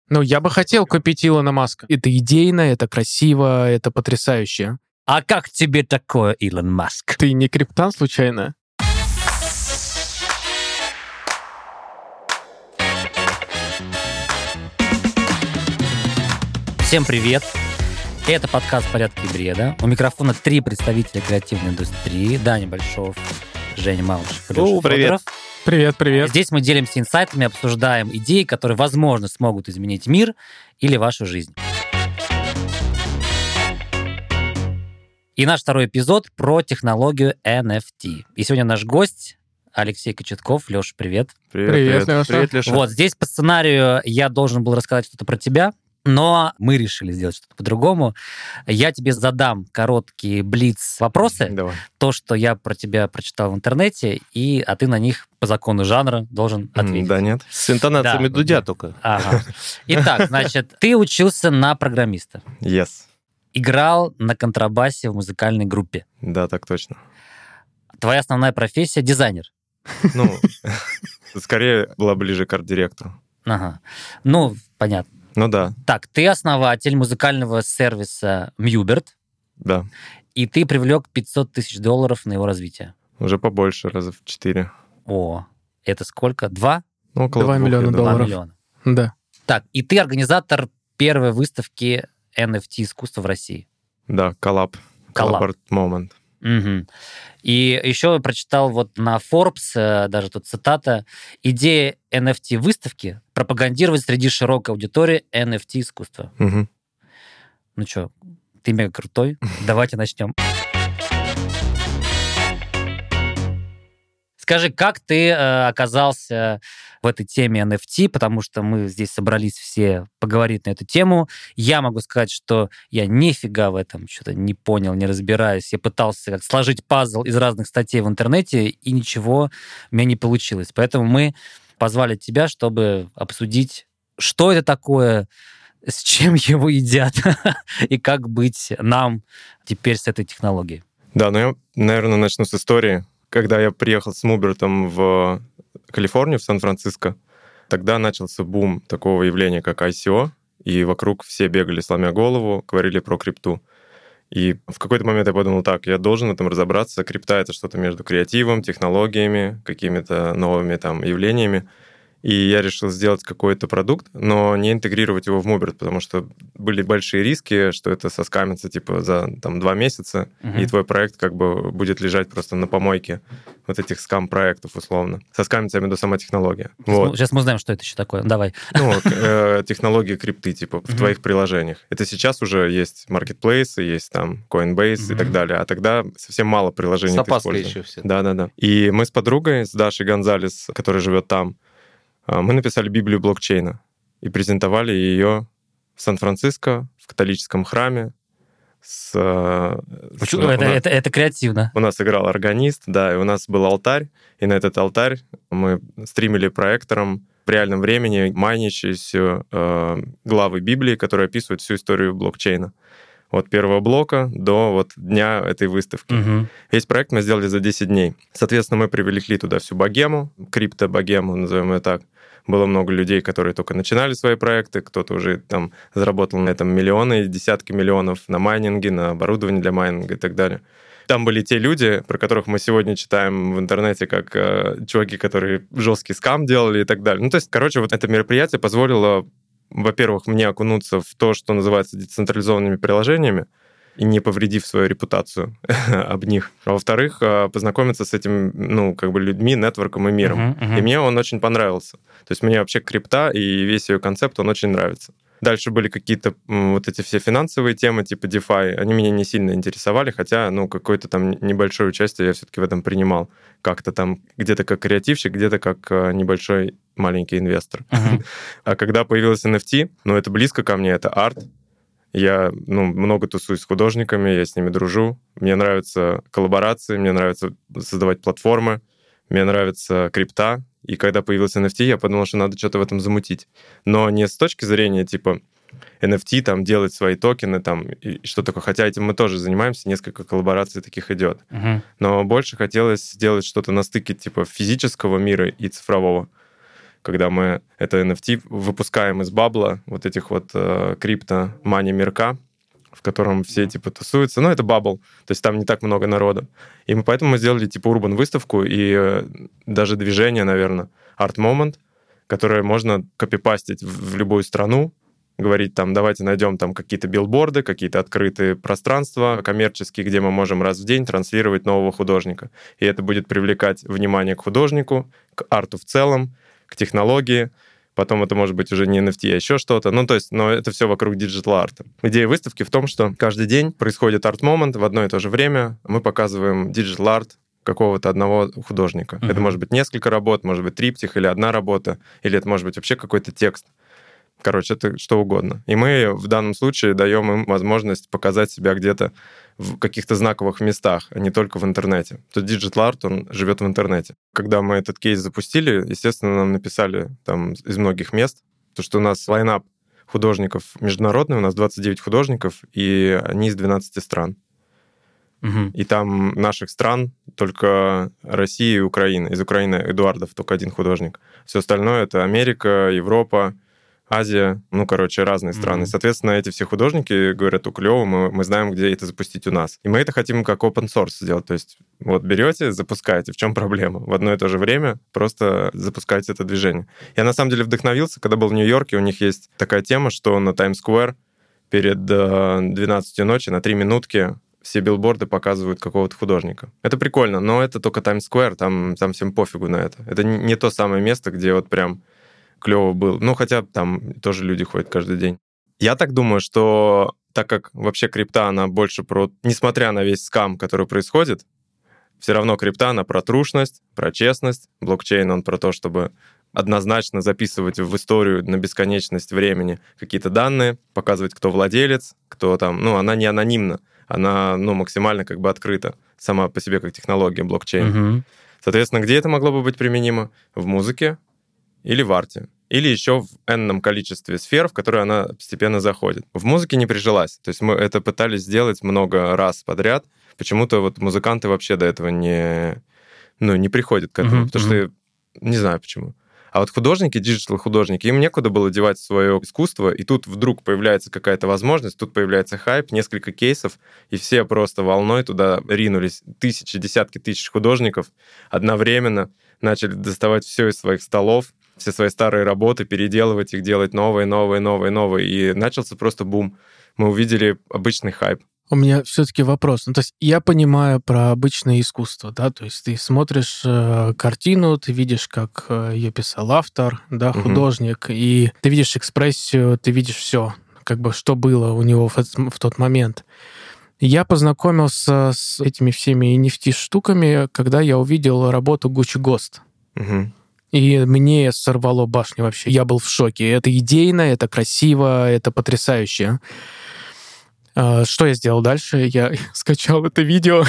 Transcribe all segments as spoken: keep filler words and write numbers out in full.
Ну, я бы хотел купить Илона Маска. Это идейно, это красиво, это потрясающе. А как тебе такое, Илон Маск? Ты не криптан, случайно? Всем привет! Это подкаст «Порядки и бреда». У микрофона три представителя креативной индустрии. Даня Большов, Женя Малышев, Леша Федоров. Привет, привет. Здесь мы делимся инсайтами, обсуждаем идеи, которые, возможно, смогут изменить мир или вашу жизнь. И наш второй эпизод про технологию эн эф ти. И сегодня наш гость Алексей Кочетков. Леша, привет. Привет, привет, Леша. Привет, Леша. Вот, здесь по сценарию я должен был рассказать что-то про тебя, но мы решили сделать что-то по-другому. Я тебе задам короткие блиц-вопросы. Давай. То, что я про тебя прочитал в интернете, и, а ты на них по закону жанра должен ответить. Да, нет. С интонациями Да. Дудя только. Ага. Итак, значит, ты учился на программиста. Yes. Играл на контрабасе в музыкальной группе. Да, так точно. Твоя основная профессия — дизайнер. Ну, скорее была ближе к арт-директору. Ага. Ну, понятно. Ну да, Так, ты основатель музыкального сервиса Мьюберт, да. и ты привлек пятьсот тысяч долларов на его развитие. Уже побольше, раза в четыре. О, это сколько? Два? Ну, около Два двух, миллиона я думаю. Два долларов. миллиона. Да. Так, и ты организатор первой выставки эн эф ти искусства в России. Да, коллаб. Коллаб. Коллаб момент. Угу. И еще прочитал вот на Forbes, э, даже тут цитата, идея эн эф ти-выставки — пропагандировать среди широкой аудитории эн эф ти-искусство. Угу. Ну что, ты мега крутой, давайте начнем. Скажи, как ты э, оказался в этой теме эн эф ти, потому что мы здесь собрались все поговорить на эту тему. Я могу сказать, что я нифига в этом что-то не понял, не разбираюсь. Я пытался как сложить пазл из разных статей в интернете, и ничего у меня не получилось. Поэтому мы позвали тебя, чтобы обсудить, что это такое, с чем его едят, и как быть нам теперь с этой технологией. Да, ну я, наверное, начну с истории. Когда я приехал с Мубертом в Калифорнию, в Сан-Франциско, тогда начался бум такого явления, как ай си о, и вокруг все бегали, сломя голову, говорили про крипту. И в какой-то момент я подумал, так, я должен в этом разобраться. Крипта — это что-то между креативом, технологиями, какими-то новыми там явлениями. И я решил сделать какой-то продукт, но не интегрировать его в Муберт, потому что были большие риски, что это соскамится типа за там, два месяца, uh-huh. и твой проект как бы будет лежать просто на помойке вот этих скам-проектов условно. Соскамится, я имею в виду, сама технология. Сейчас, Вот. мы, сейчас мы узнаем, что это еще такое. Давай. Ну, э, технологии крипты типа в uh-huh. твоих приложениях. Это сейчас уже есть маркетплейсы, есть там Coinbase uh-huh. и так далее, а тогда совсем мало приложений. С опаской еще все. Да-да-да. И мы с подругой, с Дашей Гонзалес, которая живет там, мы написали Библию блокчейна и презентовали ее в Сан-Франциско, в католическом храме. С, с, это, это, это, это креативно. У нас играл органист, да, и у нас был алтарь, и на этот алтарь мы стримили проектором в реальном времени майнящиеся э, главы Библии, которые описывают всю историю блокчейна. От первого блока до вот дня этой выставки. Угу. Весь проект мы сделали за десять дней. Соответственно, мы привлекли туда всю богему, крипто-богему, назовем ее так. Было много людей, которые только начинали свои проекты, кто-то уже там заработал на этом миллионы, десятки миллионов на майнинге, на оборудование для майнинга и так далее. Там были те люди, про которых мы сегодня читаем в интернете, как э, чуваки, которые жесткий скам делали и так далее. Ну, то есть, короче, вот это мероприятие позволило, во-первых, мне окунуться в то, что называется децентрализованными приложениями, и не повредив свою репутацию об них. А во-вторых, познакомиться с этим, ну, как бы людьми, нетворком и миром. Uh-huh, uh-huh. И мне он очень понравился. То есть мне вообще крипта и весь ее концепт, он очень нравится. Дальше были какие-то вот эти все финансовые темы, типа DeFi. Они меня не сильно интересовали, хотя, ну, какое-то там небольшое участие я все-таки в этом принимал. Как-то там где-то как креативщик, где-то как небольшой маленький инвестор. Uh-huh. А когда появилась эн эф ти, ну, это близко ко мне, это арт. Я ну, много тусуюсь с художниками, я с ними дружу. Мне нравятся коллаборации, мне нравится создавать платформы, мне нравится крипта. И когда появился эн эф ти, я подумал, что надо что-то в этом замутить. Но не с точки зрения, типа, эн эф ти, там, делать свои токены, там, и что такое. Хотя этим мы тоже занимаемся, несколько коллабораций таких идет. Uh-huh. Но больше хотелось сделать что-то на стыке, типа, физического мира и цифрового. когда мы это эн эф ти выпускаем из бабла, вот этих вот э, крипто-мани-мирка, в котором все, типа, тусуются. Ну, это бабл, то есть там не так много народа. И мы поэтому мы сделали, типа, урбан-выставку и э, даже движение, наверное, Art Moment, которое можно копипастить в, в любую страну, говорить там, давайте найдем там какие-то билборды, какие-то открытые пространства коммерческие, где мы можем раз в день транслировать нового художника. И это будет привлекать внимание к художнику, к арту в целом, к технологии. Потом это может быть уже не эн эф ти, а еще что-то. Ну, то есть, но это все вокруг диджитал-арта. Идея выставки в том, что каждый день происходит арт-момент, в одно и то же время мы показываем диджитал-арт какого-то одного художника. Uh-huh. Это может быть несколько работ, может быть триптих или одна работа, или это может быть вообще какой-то текст. Короче, это что угодно. И мы в данном случае даем им возможность показать себя где-то в каких-то знаковых местах, а не только в интернете. То есть диджитал-арт, он живет в интернете. Когда мы этот кейс запустили, естественно, нам написали там из многих мест, то, что у нас лайнап художников международный, у нас двадцать девять художников, и они из двенадцати стран. Угу. И там наших стран только Россия и Украина. Из Украины Эдуардов только один художник. Все остальное — это Америка, Европа, Азия, ну, короче, разные страны. Mm-hmm. Соответственно, эти все художники говорят, у клёво, мы, мы знаем, где это запустить у нас. И мы это хотим как open source сделать. То есть вот берете, запускаете, в чем проблема? В одно и то же время просто запускаете это движение. Я на самом деле вдохновился, когда был в Нью-Йорке, у них есть такая тема, что на Таймс-сквер перед двенадцатью ночи на три минутки все билборды показывают какого-то художника. Это прикольно, но это только Таймс-сквер, там, там всем пофигу на это. Это не, не то самое место, где вот прям клево было. Ну, хотя там тоже люди ходят каждый день. Я так думаю, что так как вообще крипта, она больше про... Несмотря на весь скам, который происходит, все равно крипта, она про трушность, про честность. Блокчейн, он про то, чтобы однозначно записывать в историю на бесконечность времени какие-то данные, показывать, кто владелец, кто там... Ну, она не анонимна, она, ну, максимально как бы открыта сама по себе как технология блокчейн. Mm-hmm. Соответственно, где это могло бы быть применимо? В музыке или в арте. Или еще в энном количестве сфер, в которые она постепенно заходит. В музыке не прижилась. То есть мы это пытались сделать много раз подряд. Почему-то вот музыканты вообще до этого не, ну, не приходят к этому. Uh-huh, потому uh-huh. что не знаю почему. А вот художники, диджитал-художники, им некуда было девать свое искусство, и тут вдруг появляется какая-то возможность, тут появляется хайп, несколько кейсов, и все просто волной туда ринулись. Тысячи, десятки тысяч художников одновременно начали доставать все из своих столов, все свои старые работы, переделывать их, делать новые, новые, новые, новые. И начался просто бум. Мы увидели обычный хайп. У меня все-таки вопрос. Ну, то есть я понимаю про обычное искусство, да, то есть ты смотришь э, картину, ты видишь, как э, ее писал автор, да, художник, угу. и ты видишь экспрессию, ты видишь все, как бы что было у него в, в тот момент. Я познакомился с этими всеми эн эф ти-штуками, когда я увидел работу Gucci Ghost. Угу. И мне сорвало башню вообще. Я был в шоке. Это идейно, это красиво, это потрясающе. Что я сделал дальше? Я скачал это видео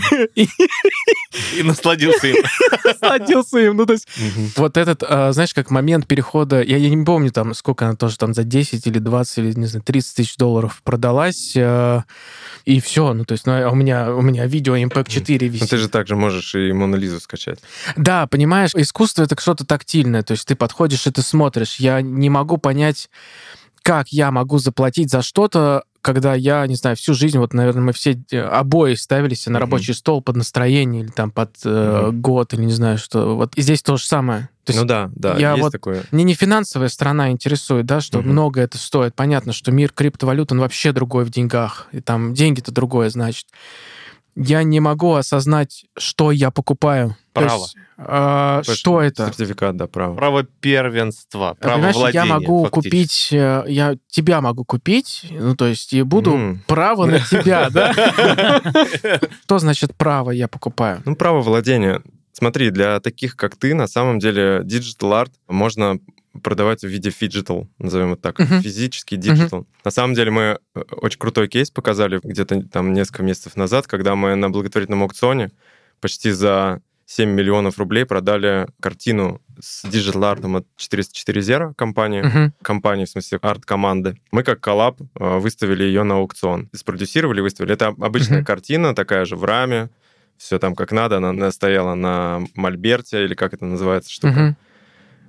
и насладился им. Насладился им. Ну, то есть вот этот, знаешь, как момент перехода... Я не помню, там, сколько она тоже там за десять или двадцать или, не знаю, тридцать тысяч долларов продалась. И все. Ну, то есть у меня, у меня видео эм пи четыре висит. Но ты же также можешь и Мону Лизу скачать. Да, понимаешь, искусство — это что-то тактильное. То есть ты подходишь и ты смотришь. Я не могу понять, как я могу заплатить за что-то, когда я, не знаю, всю жизнь, вот, наверное, мы все обои ставили себе на uh-huh. рабочий стол под настроение или там под э, uh-huh. год, или не знаю что. Вот и здесь то же самое. То есть ну да, да, я есть вот, такое. Мне не финансовая сторона интересует, да, что uh-huh. много это стоит. Понятно, что мир криптовалют, он вообще другой в деньгах. И там деньги-то другое, значит. Я не могу осознать, что я покупаю. Право. Есть, э, что это? Сертификат, да, право. Право первенства, право Понимаешь, владения. Я могу купить, я тебя могу купить, ну, то есть, и буду mm. право на тебя, да? Что значит право я покупаю? Ну, право владения. Смотри, для таких, как ты, на самом деле, диджитал-арт можно продавать в виде фиджитал, назовем это так, uh-huh. физический диджитал. Uh-huh. На самом деле мы очень крутой кейс показали где-то там несколько месяцев назад, когда мы на благотворительном аукционе почти за семь миллионов рублей продали картину с диджитал-артом от четыреста четыре Zero компании, uh-huh. компании, в смысле, арт-команды. Мы как коллаб выставили ее на аукцион. Спродюсировали, выставили. Это обычная uh-huh. картина, такая же в раме, все там как надо. Она стояла на мольберте, или как это называется штука. Uh-huh.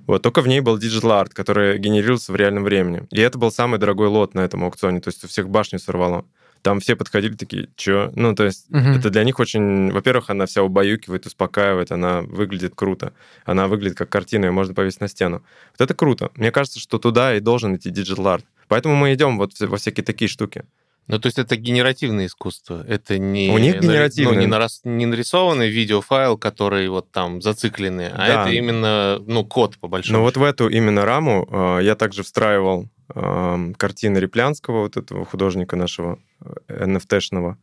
Вот, только в ней был digital art, который генерировался в реальном времени. И это был самый дорогой лот на этом аукционе, то есть у всех башню сорвало. Там все подходили такие, чё? Ну, то есть uh-huh. это для них очень... Во-первых, она вся убаюкивает, успокаивает, она выглядит круто. Она выглядит как картина, ее можно повесить на стену. Вот это круто. Мне кажется, что туда и должен идти digital art. Поэтому мы идем вот во всякие такие штуки. Ну, то есть это генеративное искусство. Это не... У них генеративное. Ну, не, нарас... не нарисованный видеофайл, который вот там зацикленный, а да. это именно, ну, код, по большому Ну, счету. вот в эту именно раму э, я также встраивал э, картины Реплянского, вот этого художника нашего, эн эф ти-шного.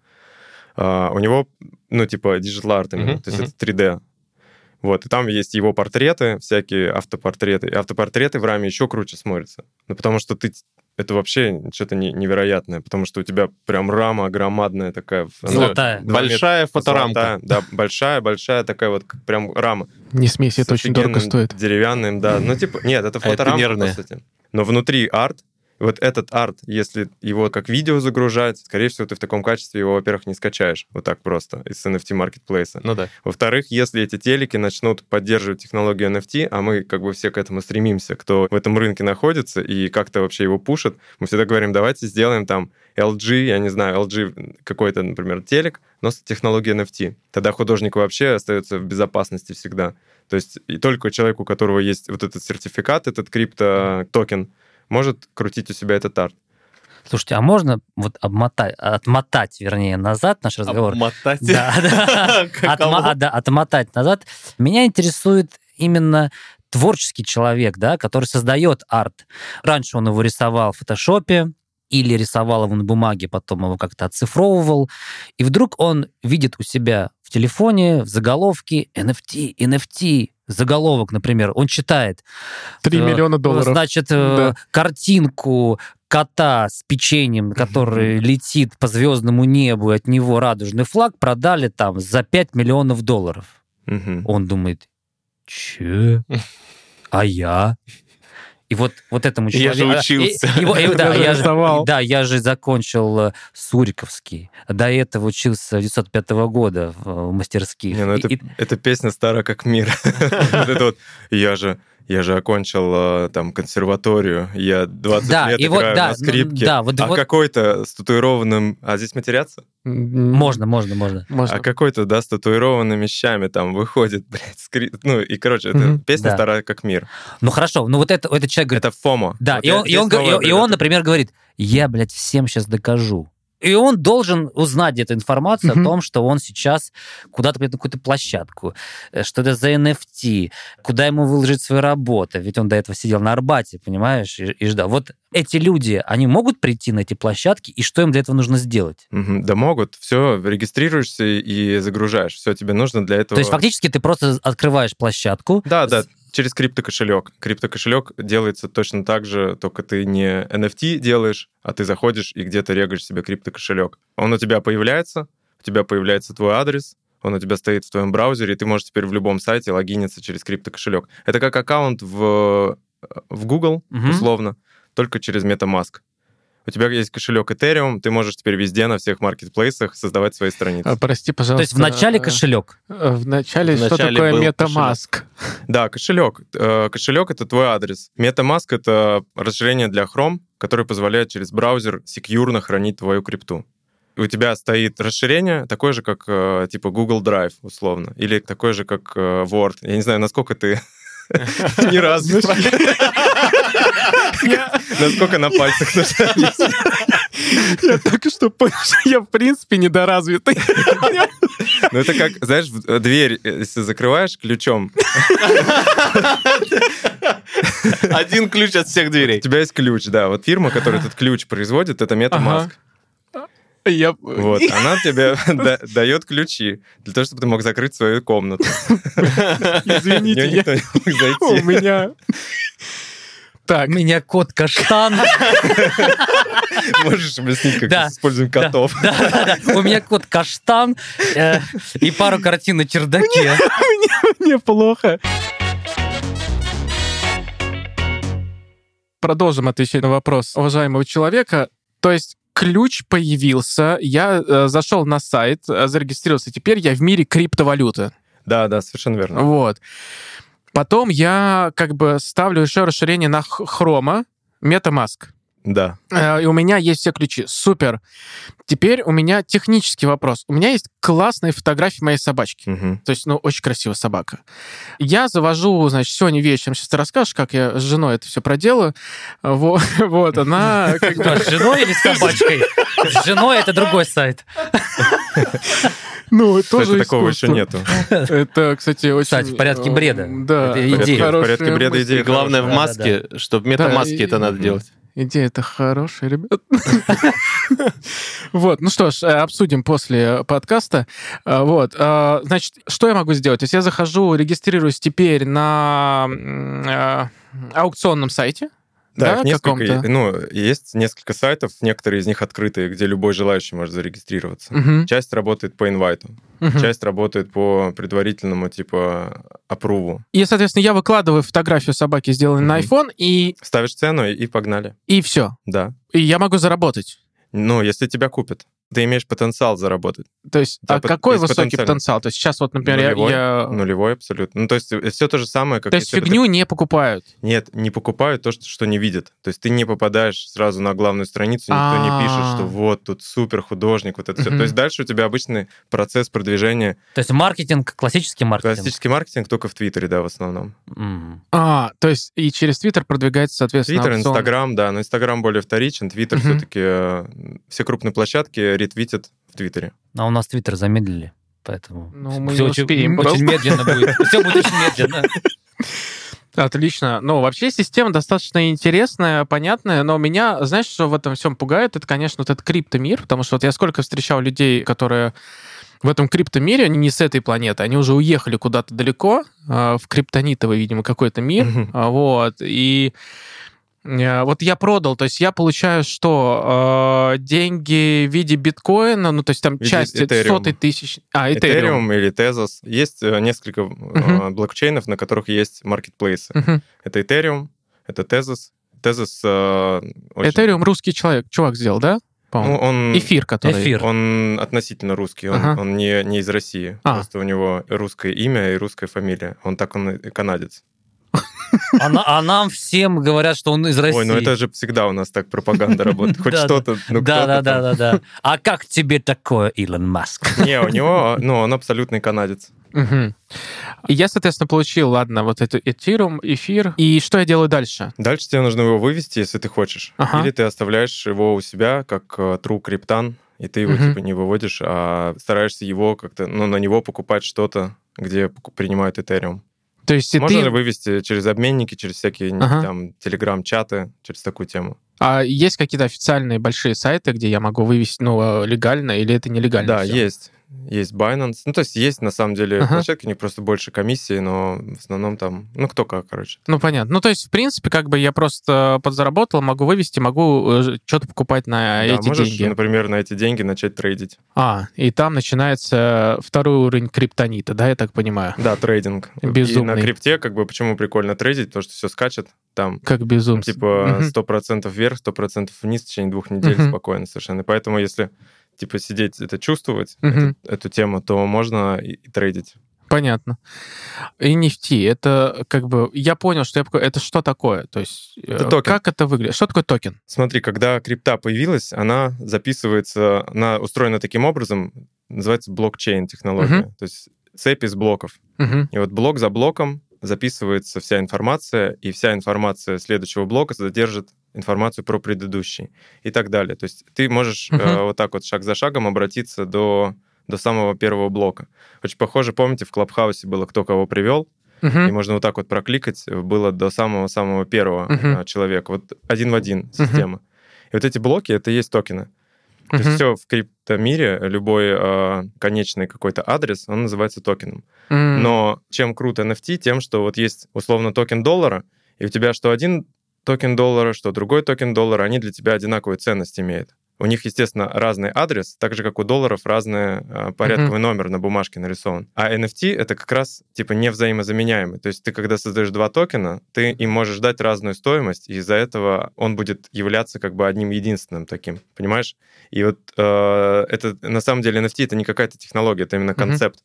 Э, у него, ну, типа, digital art именно, uh-huh, то есть uh-huh. это три дэ. Вот, и там есть его портреты, всякие автопортреты. И автопортреты в раме еще круче смотрятся. Ну, потому что ты... Это вообще что-то невероятное, потому что у тебя прям рама громадная такая. Золотая. Большая фоторамка. Золотая, да, большая-большая такая вот прям рама. Не смейся, это очень дорого стоит. Деревянным, да. Ну, типа, нет, это фоторамка, по сути. Но внутри арт. Вот этот арт, если его как видео загружать, скорее всего, ты в таком качестве его, во-первых, не скачаешь вот так просто из эн эф ти-маркетплейса. Ну да. Во-вторых, если эти телеки начнут поддерживать технологию эн эф ти, а мы как бы все к этому стремимся, кто в этом рынке находится и как-то вообще его пушит, мы всегда говорим, давайте сделаем там эл джи, я не знаю, эл джи какой-то, например, телек, но с технологией эн эф ти. Тогда художник вообще остается в безопасности всегда. То есть и только человек, у которого есть вот этот сертификат, этот крипто-токен, может крутить у себя этот арт. Слушайте, а можно вот обмотать, отмотать, вернее, назад наш разговор? Обмотать? Да, да. Отмо, да, отмотать назад. Меня интересует именно творческий человек, да, который создает арт. Раньше он его рисовал в фотошопе, или рисовал его на бумаге, потом его как-то оцифровывал, и вдруг он видит у себя в телефоне, в заголовке эн эф ти, эн эф ти, заголовок, например, он читает. Три миллиона долларов. Значит, да. Картинку кота с печеньем, который mm-hmm. летит по звездному небу, и от него радужный флаг, продали там за пять миллионов долларов. Mm-hmm. Он думает, че? А я? И вот, вот этому человеку... Я же учился. И, его, и, да, я же, да, я же закончил Суриковский. До этого учился с девятьсот пятого года в мастерских. Не, ну и, это, и... это песня «Стара как мир». Я же... Я же окончил там консерваторию, я двадцать да, лет играю вот, да, на скрипке, да, вот, а вот... какой-то с татуированным... А здесь матеряться? Можно, можно, можно. можно. А какой-то, да, с татуированными щами там выходит, блядь, скрип... Ну, и, короче, mm-hmm. это песня да. «Старая как мир». Ну, хорошо, ну вот это, этот человек говорит... Это фомо. Да, вот и, он, и, он, и, и он, например, говорит, я, блядь, всем сейчас докажу. И он должен узнать где-то информацию mm-hmm. о том, что он сейчас куда-то пойдет на какую-то площадку, что это за эн эф ти, куда ему выложить свои работы. Ведь он до этого сидел на Арбате, понимаешь, и, и ждал. Вот эти люди, они могут прийти на эти площадки, и что им для этого нужно сделать? Mm-hmm. Да могут. Все, регистрируешься и загружаешь. Все, тебе нужно для этого... То есть фактически ты просто открываешь площадку. Да, да. Через криптокошелек. Криптокошелек делается точно так же, только ты не эн эф ти делаешь, а ты заходишь и где-то регаешь себе криптокошелек. Он у тебя появляется, у тебя появляется твой адрес, он у тебя стоит в твоем браузере, и ты можешь теперь в любом сайте логиниться через криптокошелек. Это как аккаунт в, в Google, угу. условно, только через MetaMask. У тебя есть кошелек Ethereum, ты можешь теперь везде, на всех маркетплейсах создавать свои страницы. А, прости, пожалуйста. То есть в начале кошелек? В начале, в что такое MetaMask? Да, кошелек. Кошелек — это твой адрес. MetaMask — это расширение для Chrome, которое позволяет через браузер секьюрно хранить твою крипту. У тебя стоит расширение, такое же, как типа Google Drive, условно, или такое же, как Word. Я не знаю, насколько ты ни разу... Насколько на пальцах нажались. Я только что понял, что я, в принципе, недоразвитый. Ну, это как, знаешь, дверь, если закрываешь ключом. Один ключ от всех дверей. У тебя есть ключ, да. Вот фирма, которая этот ключ производит, это MetaMask. Я... Вот, она тебе да, дает ключи для того, чтобы ты мог закрыть свою комнату. Извините, я... никто не мог зайти. У меня... Так. У меня кот Каштан. Можешь объяснить, как да, используем котов? Да, да, да. У меня кот Каштан э, и пару картин на чердаке. Мне, мне, мне плохо. Продолжим отвечать на вопрос уважаемого человека. То есть ключ появился, я э, зашел на сайт, э, зарегистрировался. Теперь я в мире криптовалюты. Да, да, совершенно верно. Вот. Потом я как бы ставлю еще расширение на Chrome, MetaMask. Да. И у меня есть все ключи. Супер. Теперь у меня технический вопрос. У меня есть классные фотографии моей собачки. Угу. То есть, ну, очень красивая собака. Я завожу, значит, сегодня вечером, сейчас ты расскажешь, как я с женой это все проделаю. Вот, вот она... С женой или с собачкой? С женой это другой сайт. Ну, тоже такого еще нету. Это, кстати, очень... Кстати, в порядке бреда. Да. Это идея. В порядке бреда идея. Главное в маске, чтобы в метамаске это надо делать. Идея-то хорошая, ребят. Вот, ну что ж, обсудим после подкаста. Вот, значит, что я могу сделать? То есть я захожу, регистрируюсь теперь на аукционном сайте. Да, Да, их несколько, каком-то? ну, есть несколько сайтов, некоторые из них открытые, где любой желающий может зарегистрироваться. Мгм. Часть работает по инвайту, Мгм. часть работает по предварительному, типа, апруву. И, соответственно, я выкладываю фотографию собаки, сделанной на Мгм. iPhone, и, Ставишь цену и погнали. и все. Да. И я могу заработать. Ну, если тебя купят, ты имеешь потенциал заработать. То есть, Да, а пот- какой есть высокий потенциально. потенциал? То есть сейчас вот, например, я- Нулевой. я... Нулевой абсолютно. Ну, то есть все то же самое, как... То есть если бы ты- фигню не покупают. Нет, не покупают то, что, что не видят. То есть ты не попадаешь сразу на главную страницу, никто не А. пишет, что вот, тут супер художник, вот это все. Мгм. То есть дальше у тебя обычный процесс продвижения. То есть маркетинг, классический маркетинг. Классический маркетинг только в Твиттере, да, в основном. М. А, то есть и через Твиттер продвигается, соответственно, Твиттер, аукцион. Инстаграм, да, но Инстаграм более вторичен, Твиттер Мгм. все-таки все крупные площадки ретвитят в Твиттере. А у нас Твиттер замедлили, поэтому Ну, мы все не очень, успеем очень просто. медленно будет. Все будет очень медленно. Отлично. Ну, вообще система достаточно интересная, понятная, но меня, знаешь, что в этом всем пугает? Это, конечно, вот этот криптомир, потому что вот я сколько встречал людей, которые в этом криптомире, они не с этой планеты, они уже уехали куда-то далеко, а, в криптонитовый, видимо, какой-то мир, Мгм. а, вот, и э, вот я продал, то есть я получаю что? Э, Деньги в виде биткоина, ну, то есть там В виде часть этериума. сотой тысяч... А, этериум. Этериум или Tezos. Есть э, несколько э, Мгм. блокчейнов, на которых есть маркетплейсы. Мгм. Это Этериум, это Tezos. Tezos э, очень- Этериум русский человек, чувак сделал, да? Ну, По-моему. он... Эфир, который... Эфир. Он относительно русский, он, Ага. он не, не из России. А. Просто у него русское имя и русская фамилия. Он так он и канадец. А, на- а нам всем говорят, что он из России. Ой, ну это же всегда у нас так пропаганда работает. Хоть Да, что-то, ну Да, да, кто-то да, там. да, да. А как тебе такое, Илон Маск? Не, у него, ну, он абсолютный канадец. Мгм. И я, соответственно, получил, ладно, вот эту этериум, эфир. И что я делаю дальше? Дальше тебе нужно его вывести, если ты хочешь. Ага. Или ты оставляешь его у себя, как э, true криптан, и ты его Мгм. типа не выводишь, а стараешься его как-то, ну, на него покупать что-то, где пок- принимают Этериум. То есть и Можно ты... вывести через обменники, через всякие не- Ага. там телеграм-чаты, через такую тему. А есть какие-то официальные большие сайты, где я могу вывести, ну, легально, или это нелегально? Да, всё? есть. Есть Binance. Ну, то есть есть, на самом деле, Ага. площадки, у них просто больше комиссии, но в основном там, ну, кто как, короче. Ну, понятно. Ну, то есть, в принципе, как бы я просто подзаработал, могу вывести, могу что-то покупать на Да, эти можешь, деньги. например, на эти деньги начать трейдить. А, и там начинается второй уровень криптонита, да, я так понимаю? Да, трейдинг. И Безумный. на крипте, как бы, почему прикольно трейдить, потому что все скачет, там, Как безумно. типа, Мгм. сто процентов вверх, сто процентов вниз в течение двух недель Мгм. спокойно совершенно. И поэтому, если, типа, сидеть, это чувствовать, Мгм. эту, эту тему, то можно и, и трейдить. Понятно. И эн эф ти, это как бы... Я понял, что я... пока- Это что такое? То есть, Это э, токен. как это выглядит? Что такое токен? Смотри, когда крипта появилась, она записывается, она устроена таким образом, называется блокчейн-технология, Мгм. то есть цепь из блоков. Мгм. И вот блок за блоком записывается вся информация, и вся информация следующего блока задержит информацию про предыдущий и так далее. То есть ты можешь Мгм. э, вот так вот шаг за шагом обратиться до, до самого первого блока. Очень похоже, помните, в Клабхаусе было «Кто кого привел», Мгм. и можно вот так вот прокликать, было до самого-самого первого Мгм. э, человека. Вот один в один система. И вот эти блоки — это и есть токены. То Мгм. есть все в криптомире, любой э, конечный какой-то адрес, он называется токеном. М. Но чем крут эн эф ти? Тем, что вот есть условно токен доллара, и у тебя что один токен доллара, что другой токен доллара, они для тебя одинаковую ценность имеют. У них, естественно, разный адрес, так же, как у долларов разный э, порядковый номер на бумажке нарисован. А эн эф ти — это как раз типа невзаимозаменяемый. То есть ты, когда создаешь два токена, ты им можешь дать разную стоимость, и из-за этого он будет являться как бы одним единственным таким, понимаешь? И вот э, это, на самом деле, эн эф ти — это не какая-то технология, это именно Мгм. концепт.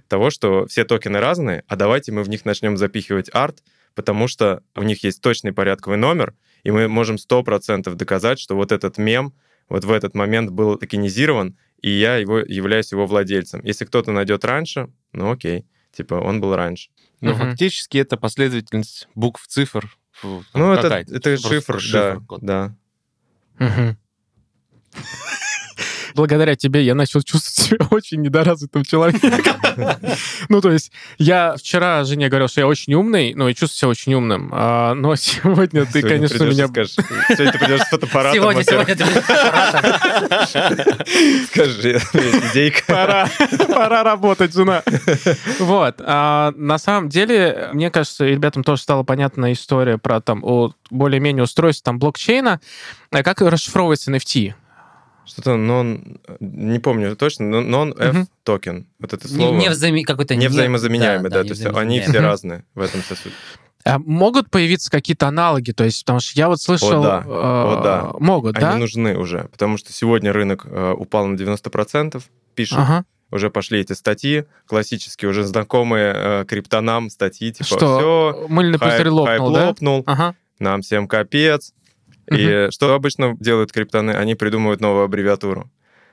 того, что все токены разные, а давайте мы в них начнем запихивать арт, потому что у них есть точный порядковый номер, и мы можем сто процентов доказать, что вот этот мем вот в этот момент был токенизирован, и я его, являюсь его владельцем. Если кто-то найдет раньше, ну окей, типа он был раньше. Но Мгм. фактически это последовательность букв, цифр. фу, там Ну, это, какая-то, это просто шифр, да, код. да. Мгм. Благодаря тебе я начал чувствовать себя очень недоразвитым человеком. Ну, то есть, я вчера жене говорил, что я очень умный, ну, и чувствую себя очень умным, а, но сегодня ты, Сегодня конечно, придёшь и меня... скажешь, сегодня ты придешь с фотоаппаратом. Сегодня, во-первых. сегодня ты будешь аппаратом. Скажи, есть идейка. Пора, пора работать, жена. Вот. А на самом деле, мне кажется, ребятам тоже стала понятна история про там о более-менее устройство там блокчейна. А как расшифровывается эн эф ти? Что-то non... Не помню точно, но non-F Мгм. токен. Вот это Не, слово. не взаими- какой-то Не не- взаимозаменяемый, да. То есть они все невзаимозаменяемый. разные в этом вся суть. А могут появиться какие-то аналоги? То есть, потому что я вот слышал... О, да. э, О, да. Могут, Они да? нужны уже, потому что сегодня рынок э, упал на девяносто процентов, пишут. Ага. Уже пошли эти статьи, классические, уже знакомые э, криптонам статьи, типа, Что? все, Мыльный пузырь хайп, хайп лопнул, да? лопнул, Ага. нам всем капец. И что обычно делают криптоны? Они придумывают новую аббревиатуру.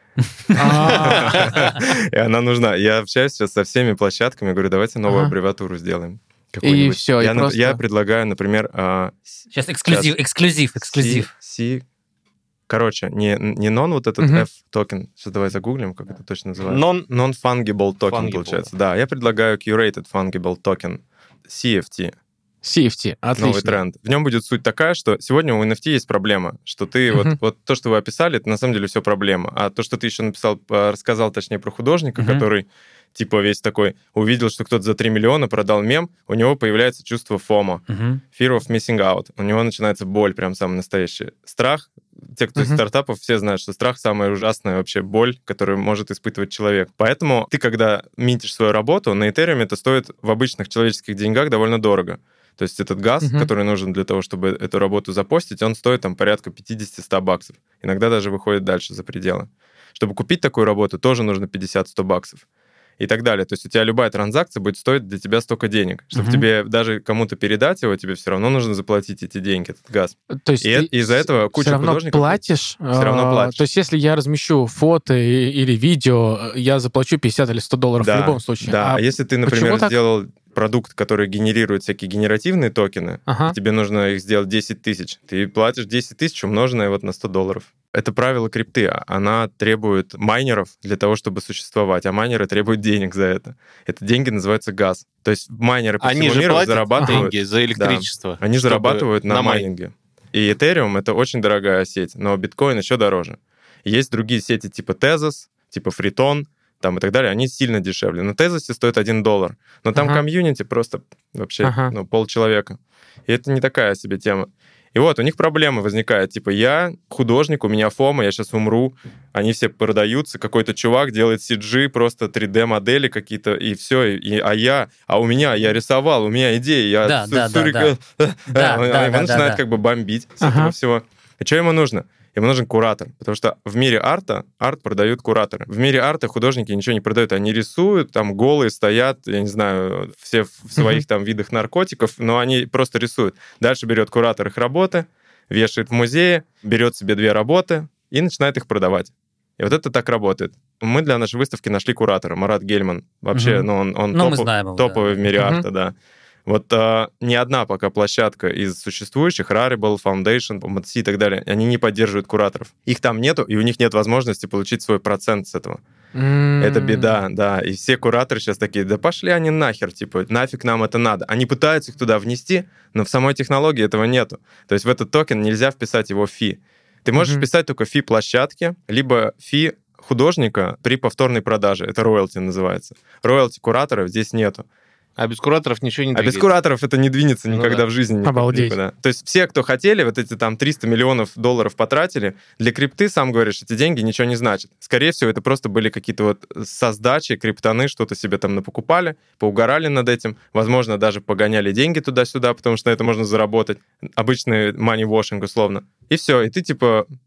А, И она нужна. Я общаюсь сейчас со всеми площадками, говорю, давайте новую Ага. аббревиатуру сделаем. какую-нибудь. всё, и я, нап- просто- я предлагаю, например, а, Сейчас эксклюзив, эксклюзив, эксклюзив. C, C- короче, не, не non вот этот Мгм. F токен. Сейчас давай загуглим, как это точно называется. Non- Non-fungible токен, Fungible, получается. Да, я предлагаю curated fungible токен. си эф ти. си эф ти, отлично. Новый тренд. В нем будет суть такая, что сегодня у эн эф ти есть проблема, что ты вот, Мгм. вот то, что вы описали, это на самом деле все проблема. А то, что ты еще написал, а, рассказал, точнее, про художника, Мгм. который типа весь такой увидел, что кто-то за три миллиона продал мем, у него появляется чувство фомо, Мгм. fear of missing out. У него начинается боль, прям самый настоящий. Страх. Те, кто из Мгм. стартапов, все знают, что страх самая ужасная вообще боль, которую может испытывать человек. Поэтому ты, когда минтишь свою работу, на Ethereum это стоит в обычных человеческих деньгах довольно дорого. То есть этот газ, Мгм. который нужен для того, чтобы эту работу запостить, он стоит там порядка пятьдесят-сто баксов. Иногда даже выходит дальше за пределы. Чтобы купить такую работу, тоже нужно пятьдесят-сто баксов. И так далее. То есть у тебя любая транзакция будет стоить для тебя столько денег. Чтобы Мгм. тебе даже кому-то передать его, тебе все равно нужно заплатить эти деньги, этот газ. То есть И ты э- из-за этого куча все равно художников... платишь. Всё равно а, платишь. То есть если я размещу фото и- или видео, я заплачу пятьдесят или сто долларов Да, в любом случае. Да, а, если ты, например, почему так? сделал продукт, который генерирует всякие генеративные токены, Ага. и тебе нужно их сделать десять тысяч, ты платишь десять тысяч, умноженное вот на сто долларов. Это правило крипты. Она требует майнеров для того, чтобы существовать, а майнеры требуют денег за это. Это деньги называются газ. То есть майнеры по Они всему же миру платят зарабатывают... деньги за электричество. Они чтобы зарабатывают на, майн- майнинге. И Ethereum — это очень дорогая сеть, но биткоин еще дороже. Есть другие сети типа Tezos, типа Friton, там и так далее, они сильно дешевле. На Тезосе стоит один доллар. Но там Ага. комьюнити просто вообще Ага. ну, полчеловека. И это не такая себе тема. И вот у них проблемы возникают. Типа, я художник, у меня фома, я сейчас умру. Они все продаются. Какой-то чувак делает си джи, просто три дэ-модели какие-то, и все. И, а я, а у меня, я рисовал, у меня идеи. Я Да, с- да, да, сурика- Да, А, да, Его да, начинает да, да. как бы бомбить с Ага. этого всего. И что ему нужно? Ему нужен куратор, потому что в мире арта арт продают кураторы. В мире арта художники ничего не продают, они рисуют, там голые стоят, я не знаю, все в своих там видах наркотиков, но они просто рисуют. Дальше берет куратор их работы, вешает в музее, берет себе две работы и начинает их продавать. И вот это так работает. Мы для нашей выставки нашли куратора, Марат Гельман. Вообще, Мгм. ну, он, он Ну, мы топов- знаем его, топовый да. в мире Мгм. арта, да. Вот а, ни одна пока площадка из существующих, Rarible, Foundation, эм ти си и так далее, они не поддерживают кураторов. Их там нету, и у них нет возможности получить свой процент с этого. Это беда, да. И все кураторы сейчас такие, да пошли они нахер, типа, нафиг нам это надо. Они пытаются их туда внести, но в самой технологии этого нету. То есть в этот токен нельзя вписать его фи. Ты можешь Мгм. вписать только фи площадки, либо фи художника при повторной продаже. Это роялти называется. Роялти кураторов здесь нету. А без кураторов ничего не А без двигается. кураторов это не двинется Ну никогда да. в жизни. никуда- Обалдеть. никуда. То есть все, кто хотели, вот эти там триста миллионов долларов потратили, для крипты, сам говоришь, эти деньги ничего не значат. Скорее всего, это просто были какие-то вот создачи, криптоны, что-то себе там напокупали, поугорали над этим, возможно, даже погоняли деньги туда-сюда, потому что на это можно заработать. Обычный money washing, условно. И все, и ты типа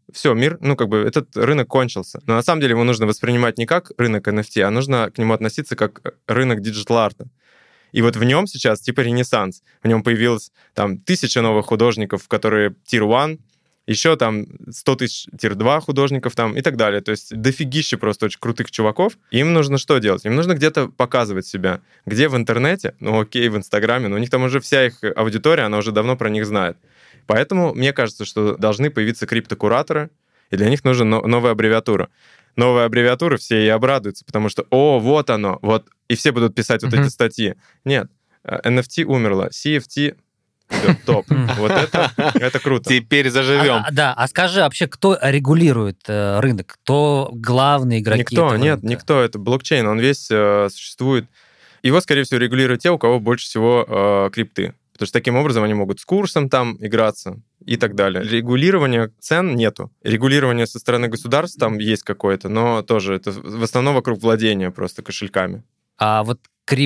все, мир, ну, как бы, этот рынок кончился. Но на самом деле его нужно воспринимать не как рынок эн эф ти, а нужно к нему относиться как рынок диджитал-арта. И вот в нем сейчас типа ренессанс. В нем появилось там тысяча новых художников, которые тир один, еще там сто тысяч тир два художников там и так далее. То есть дофигище просто очень крутых чуваков. Им нужно что делать? Им нужно где-то показывать себя. Где в интернете? Ну окей, в Инстаграме, но у них там уже вся их аудитория, она уже давно про них знает. Поэтому мне кажется, что должны появиться криптокураторы, и для них нужна новая аббревиатура. Новая аббревиатура, все и обрадуются, потому что, о, вот оно, вот, и все будут писать вот mm-hmm. эти статьи. Нет, эн эф ти умерло, си эф ти топ. Вот это, это круто. Теперь заживем. А, да, а скажи, вообще, кто регулирует э, рынок? Кто главные игроки? Никто, нет, рынка? Никто. Это блокчейн, он весь э, существует. Его, скорее всего, регулируют те, у кого больше всего э, крипты. Потому что таким образом они могут с курсом там играться и так далее. Регулирования цен нету. Регулирование со стороны государств там есть какое-то, но тоже это в основном вокруг владения просто кошельками. А вот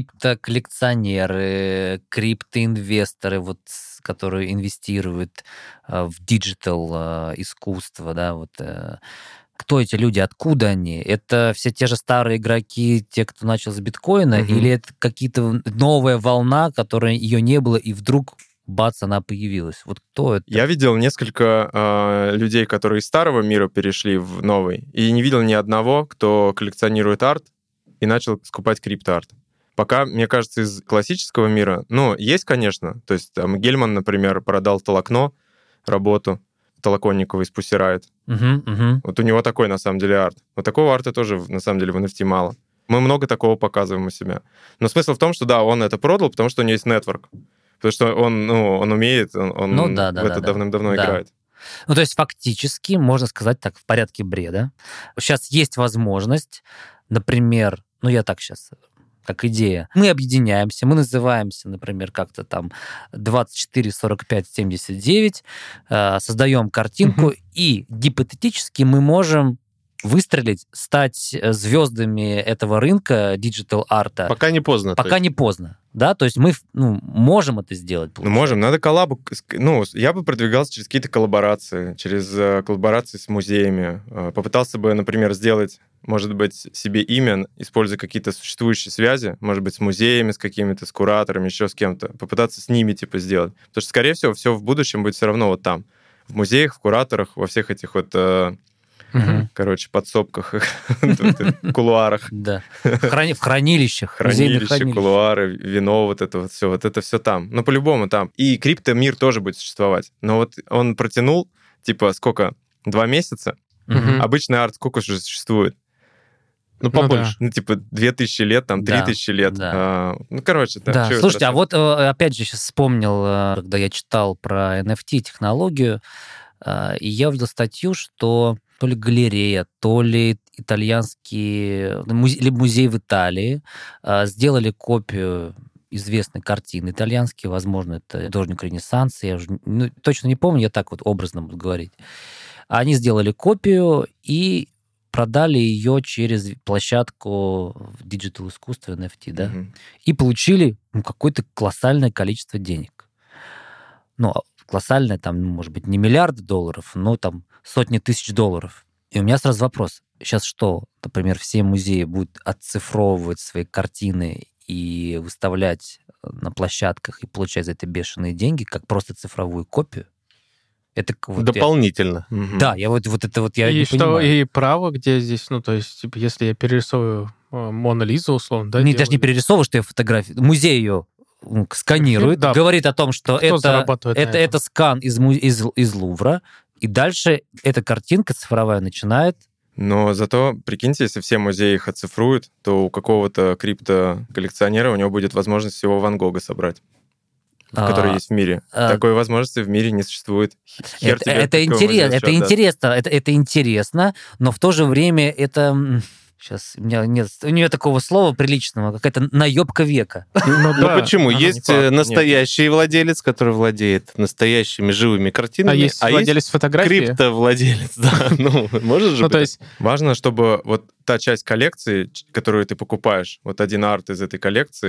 криптоколлекционеры, криптоинвесторы, вот, которые инвестируют э, в диджитал э, искусство, да, вот... Э, кто эти люди, откуда они? Это все те же старые игроки, те, кто начал с биткоина, угу. или это какие-то новая волна, которой ее не было, и вдруг, бац, она появилась? Вот кто это? Я видел несколько э, людей, которые из старого мира перешли в новый, и не видел ни одного, кто коллекционирует арт и начал скупать криптоарт. Пока, мне кажется, из классического мира, ну, есть, конечно, то есть там Гельман, например, продал Толокно, работу Толоконникова из Pussy Riot. Uh-huh, uh-huh. Вот у него такой, на самом деле, арт. Вот такого арта тоже, на самом деле, в эн эф ти мало. Мы много такого показываем у себя. Но смысл в том, что, да, он это продал, потому что у него есть нетворк. Потому что он, ну, он умеет, он, он ну, да, да, в это да, давным-давно да. играет. Ну, то есть фактически, можно сказать так, в порядке бреда. Сейчас есть возможность, например, ну, я так сейчас... как идея. Мы объединяемся, мы называемся, например, как-то там двадцать четыре сорок пять семьдесят девять, э, создаем картинку, mm-hmm. и гипотетически мы можем выстрелить, стать звездами этого рынка диджитал-арта. Пока не поздно. Пока не поздно, да? То есть мы ну, можем это сделать. Ну, можем. Надо коллабу... Ну, я бы продвигался через какие-то коллаборации, через коллаборации с музеями. Попытался бы, например, сделать, может быть, себе имя, используя какие-то существующие связи, может быть, с музеями, с какими-то, с кураторами, еще с кем-то. Попытаться с ними, типа, сделать. Потому что, скорее всего, все в будущем будет все равно вот там. В музеях, в кураторах, во всех этих вот... Угу. Короче, подсобках, кулуарах. Да. В хранилищах. Хранилища, кулуары, вино, вот это вот все. Вот это все там. Ну, по-любому там. И криптомир тоже будет существовать. Но вот он протянул, типа, сколько? Два месяца? Обычный арт сколько уже существует? Ну, побольше. Ну, типа, две тысячи лет, там, три тысячи лет. Ну, короче, да. Слушайте, а вот, опять же, сейчас вспомнил, когда я читал про эн эф ти-технологию, и я увидел статью, что то ли галерея, то ли итальянские, либо музей в Италии сделали копию известной картины итальянские, возможно, это художник Ренессанса, я уже ну, точно не помню, я так вот образно буду говорить. Они сделали копию и продали ее через площадку в диджитал-искусстве эн эф ти, да, mm-hmm. и получили ну, какое-то колоссальное количество денег. Ну, колоссальное, там, может быть, не миллиарды долларов, но там сотни тысяч долларов. И у меня сразу вопрос. Сейчас что, например, все музеи будут отцифровывать свои картины и выставлять на площадках и получать за это бешеные деньги, как просто цифровую копию? Это вот дополнительно. Я... Угу. Да, я вот, вот это вот я и не что, понимаю. И право, где здесь, ну, то есть, типа, если я перерисую Мона Лизу, условно, да? Не, делаю... даже не перерисовываю, что я фотографию. Музей ее сканирует, да. говорит о том, что Кто это, это, это скан из, из, из Лувра, и дальше эта картинка цифровая начинает. Но зато, прикиньте, если все музеи их оцифруют, то у какого-то криптоколлекционера у него будет возможность всего Ван Гога собрать, а, который есть в мире. А, Такой возможности в мире не существует. Хер это это, интерес, это, интересно, это, это интересно, но в то же время это... Сейчас у меня нет, у нее такого слова приличного, какая-то наебка века. Ну, да, почему? Есть настоящий нет. владелец, который владеет настоящими живыми картинами, а есть а владелец есть фотографии? Криптовладелец, да. Ну, может же ну, быть. То есть... Важно, чтобы вот та часть коллекции, которую ты покупаешь, вот один арт из этой коллекции,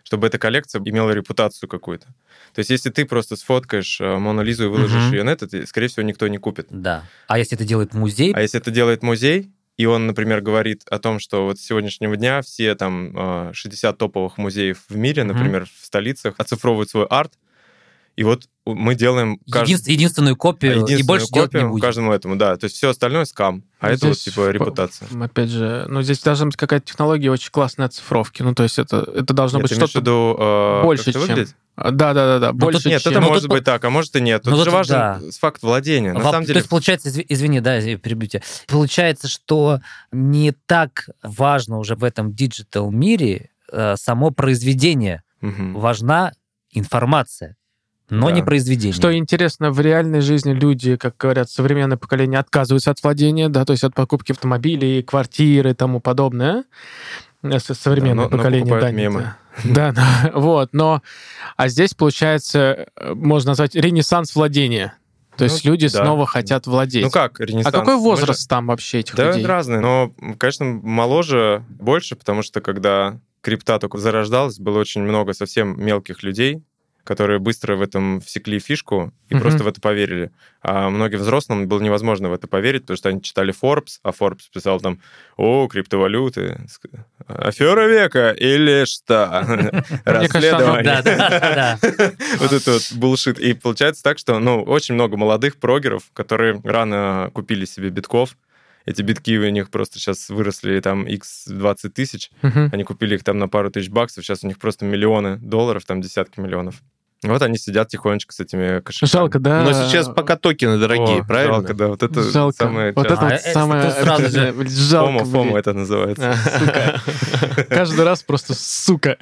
чтобы эта коллекция имела репутацию какую-то. То есть если ты просто сфоткаешь Мону Лизу и выложишь uh-huh. ее на это, скорее всего, никто не купит. Да. А если это делает музей? А если это делает музей, и он, например, говорит о том, что вот с сегодняшнего дня все там шестьдесят топовых музеев в мире, uh-huh. например, в столицах, оцифровывают свой арт, и вот мы делаем... Кажд... Един... Единственную копию, единственную и больше копию делать не будем. Каждому этому, да. То есть все остальное скам, а здесь, это вот типа репутация. Опять же, ну здесь должна быть какая-то технология очень классной оцифровки. Ну то есть это, это должно нет, быть что-то виду, э, больше, чем... Выглядеть? Да-да-да. Больше, тут, нет, чем... это ну, может тут... быть так, а может и нет. Тут ну, же вот, важен да. факт владения. На Во... самом деле... То есть получается, извини, да, перебью тебя. Получается, что не так важно уже в этом диджитал-мире э, само произведение. Угу. Важна информация. Но да. не произведение. Что интересно, в реальной жизни люди, как говорят, современное поколение отказываются от владения, да, то есть от покупки автомобилей, квартиры и тому подобное. Современное да, но, поколение, но да, мемы. Да, да, вот, но... А здесь, получается, можно назвать ренессанс владения. То есть ну, люди да. снова хотят владеть. Ну как ренессанс? А какой возраст же... там вообще этих да, людей? Да, разный, но, конечно, моложе больше, потому что когда крипта только зарождалась, было очень много совсем мелких людей, которые быстро в этом всекли фишку и uh-huh. просто в это поверили. А многим взрослым было невозможно в это поверить, потому что они читали Forbes, а Forbes писал там, о, криптовалюты, афера века или что? Расследование. Вот это вот булшит. И получается так, что ну очень много молодых прогеров, которые рано купили себе битков. Эти битки у них просто сейчас выросли там икс двадцать тысяч. Uh-huh. Они купили их там на пару тысяч баксов. Сейчас у них просто миллионы долларов, там десятки миллионов. Вот они сидят тихонечко с этими кошельками. Жалко, да. Но сейчас пока токены дорогие, О, правильно? Жалко, да. Вот это жалко. самое вот часто. это вот самое... сразу же жалко. Фома, фома это называется. Сука. Каждый раз просто сука.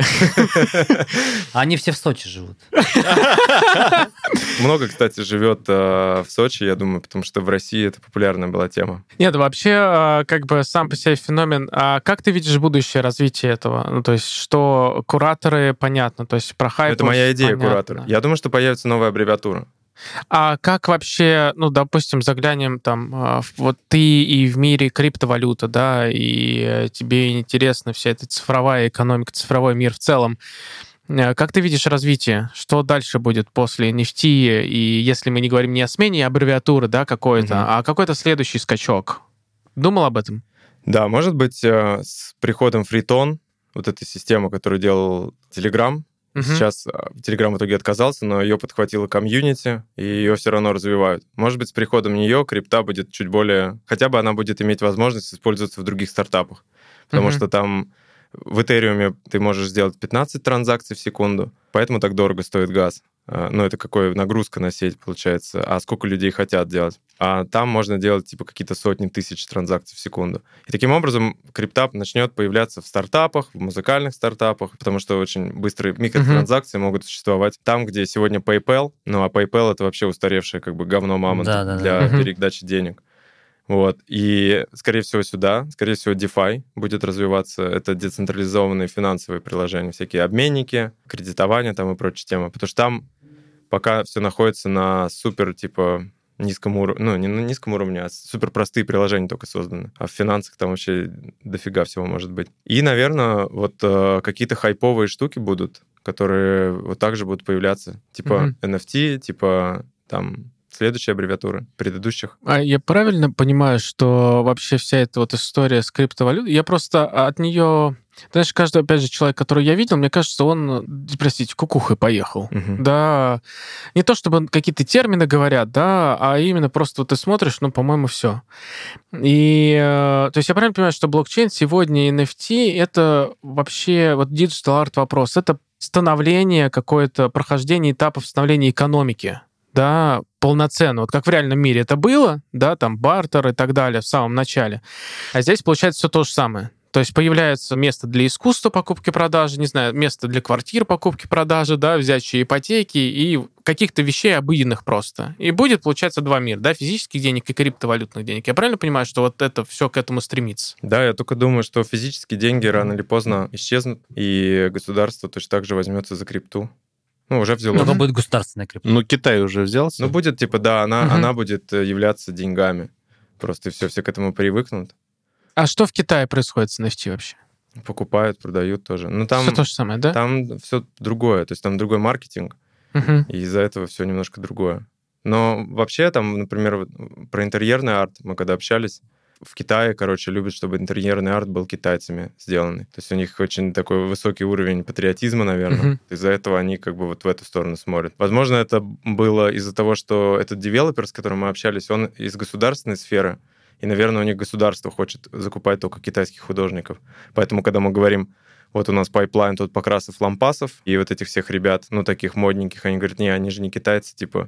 Они все в Сочи живут. Много, кстати, живет э, в Сочи, я думаю, потому что в России это популярная была тема. Нет, вообще, как бы сам по себе феномен. А как ты видишь будущее развитие этого? Ну, то есть, что кураторы, понятно, то есть про хайп... Это моя идея, понятно. Куратор. Я думаю, что появится новая аббревиатура. А как вообще, ну, допустим, заглянем там, вот ты и в мире криптовалюта, да, и тебе интересна вся эта цифровая экономика, цифровой мир в целом. Как ты видишь развитие? Что дальше будет после эн эф ти? И если мы не говорим не о смене аббревиатуры, да, какой-то, угу. а какой-то следующий скачок. Думал об этом? Да, может быть, с приходом Фритон, вот эта система, которую делал Telegram, uh-huh. сейчас Telegram в итоге отказался, но ее подхватила комьюнити, и ее все равно развивают. Может быть, с приходом нее крипта будет чуть более... Хотя бы она будет иметь возможность использоваться в других стартапах, потому uh-huh. что там... В Ethereum ты можешь сделать пятнадцать транзакций в секунду, поэтому так дорого стоит газ. Ну, это какая нагрузка на сеть получается, а сколько людей хотят делать. А там можно делать типа какие-то сотни тысяч транзакций в секунду. И таким образом крипта начнет появляться в стартапах, в музыкальных стартапах, потому что очень быстрые микротранзакции uh-huh. могут существовать там, где сегодня PayPal, ну, а PayPal — это вообще устаревшее как бы говно мамонта да, да, для uh-huh. передачи денег. Вот. И, скорее всего, сюда, скорее всего, DeFi будет развиваться. Это децентрализованные финансовые приложения, всякие обменники, кредитование там и прочие темы. Потому что там пока все находится на супер, типа, низком уровне, ну, не на низком уровне, а супер простые приложения только созданы. А в финансах там вообще дофига всего может быть. И, наверное, вот э, какие-то хайповые штуки будут, которые вот так же будут появляться. Типа mm-hmm. эн эф ти, типа там... следующие аббревиатуры предыдущих. А я правильно понимаю, что вообще вся эта вот история с криптовалютой, я просто от нее... Ты знаешь, каждый, опять же, человек, который я видел, мне кажется, он, простите, кукухой поехал. Uh-huh. Да, не то чтобы какие-то термины говорят, да, а именно просто вот ты смотришь, ну, по-моему, все. И, то есть я правильно понимаю, что блокчейн сегодня и эн эф ти — это вообще вот digital art вопрос, это становление какое-то, прохождение этапов становления экономики, да, полноценно. Вот как в реальном мире это было, да, там бартер и так далее в самом начале. А здесь получается все то же самое. То есть появляется место для искусства покупки-продажи, не знаю, место для квартир покупки-продажи, да, взятия ипотеки и каких-то вещей обыденных просто. И будет, получается, два мира, да, физических денег и криптовалютных денег. Я правильно понимаю, что вот это все к этому стремится? Да, я только думаю, что физические деньги рано или поздно исчезнут, и государство точно так же возьмется за крипту. Ну, уже взялось. Только будет государственная крипта. Ну, Китай уже взялся. Ну, будет, типа, да, она, угу. она будет являться деньгами. Просто все, все к этому привыкнут. А что в Китае происходит с эн эф ти вообще? Покупают, продают тоже. Ну, там, все то же самое, да? Там все другое, то есть там другой маркетинг, угу. и из-за этого все немножко другое. Но вообще там, например, про интерьерный арт мы когда общались, в Китае, короче, любят, чтобы интерьерный арт был китайцами сделанный. То есть у них очень такой высокий уровень патриотизма, наверное. Uh-huh. Из-за этого они как бы вот в эту сторону смотрят. Возможно, это было из-за того, что этот девелопер, с которым мы общались, он из государственной сферы, и, наверное, у них государство хочет закупать только китайских художников. Поэтому, когда мы говорим, вот у нас пайплайн тут покрасов лампасов, и вот этих всех ребят, ну, таких модненьких, они говорят, не, они же не китайцы, типа.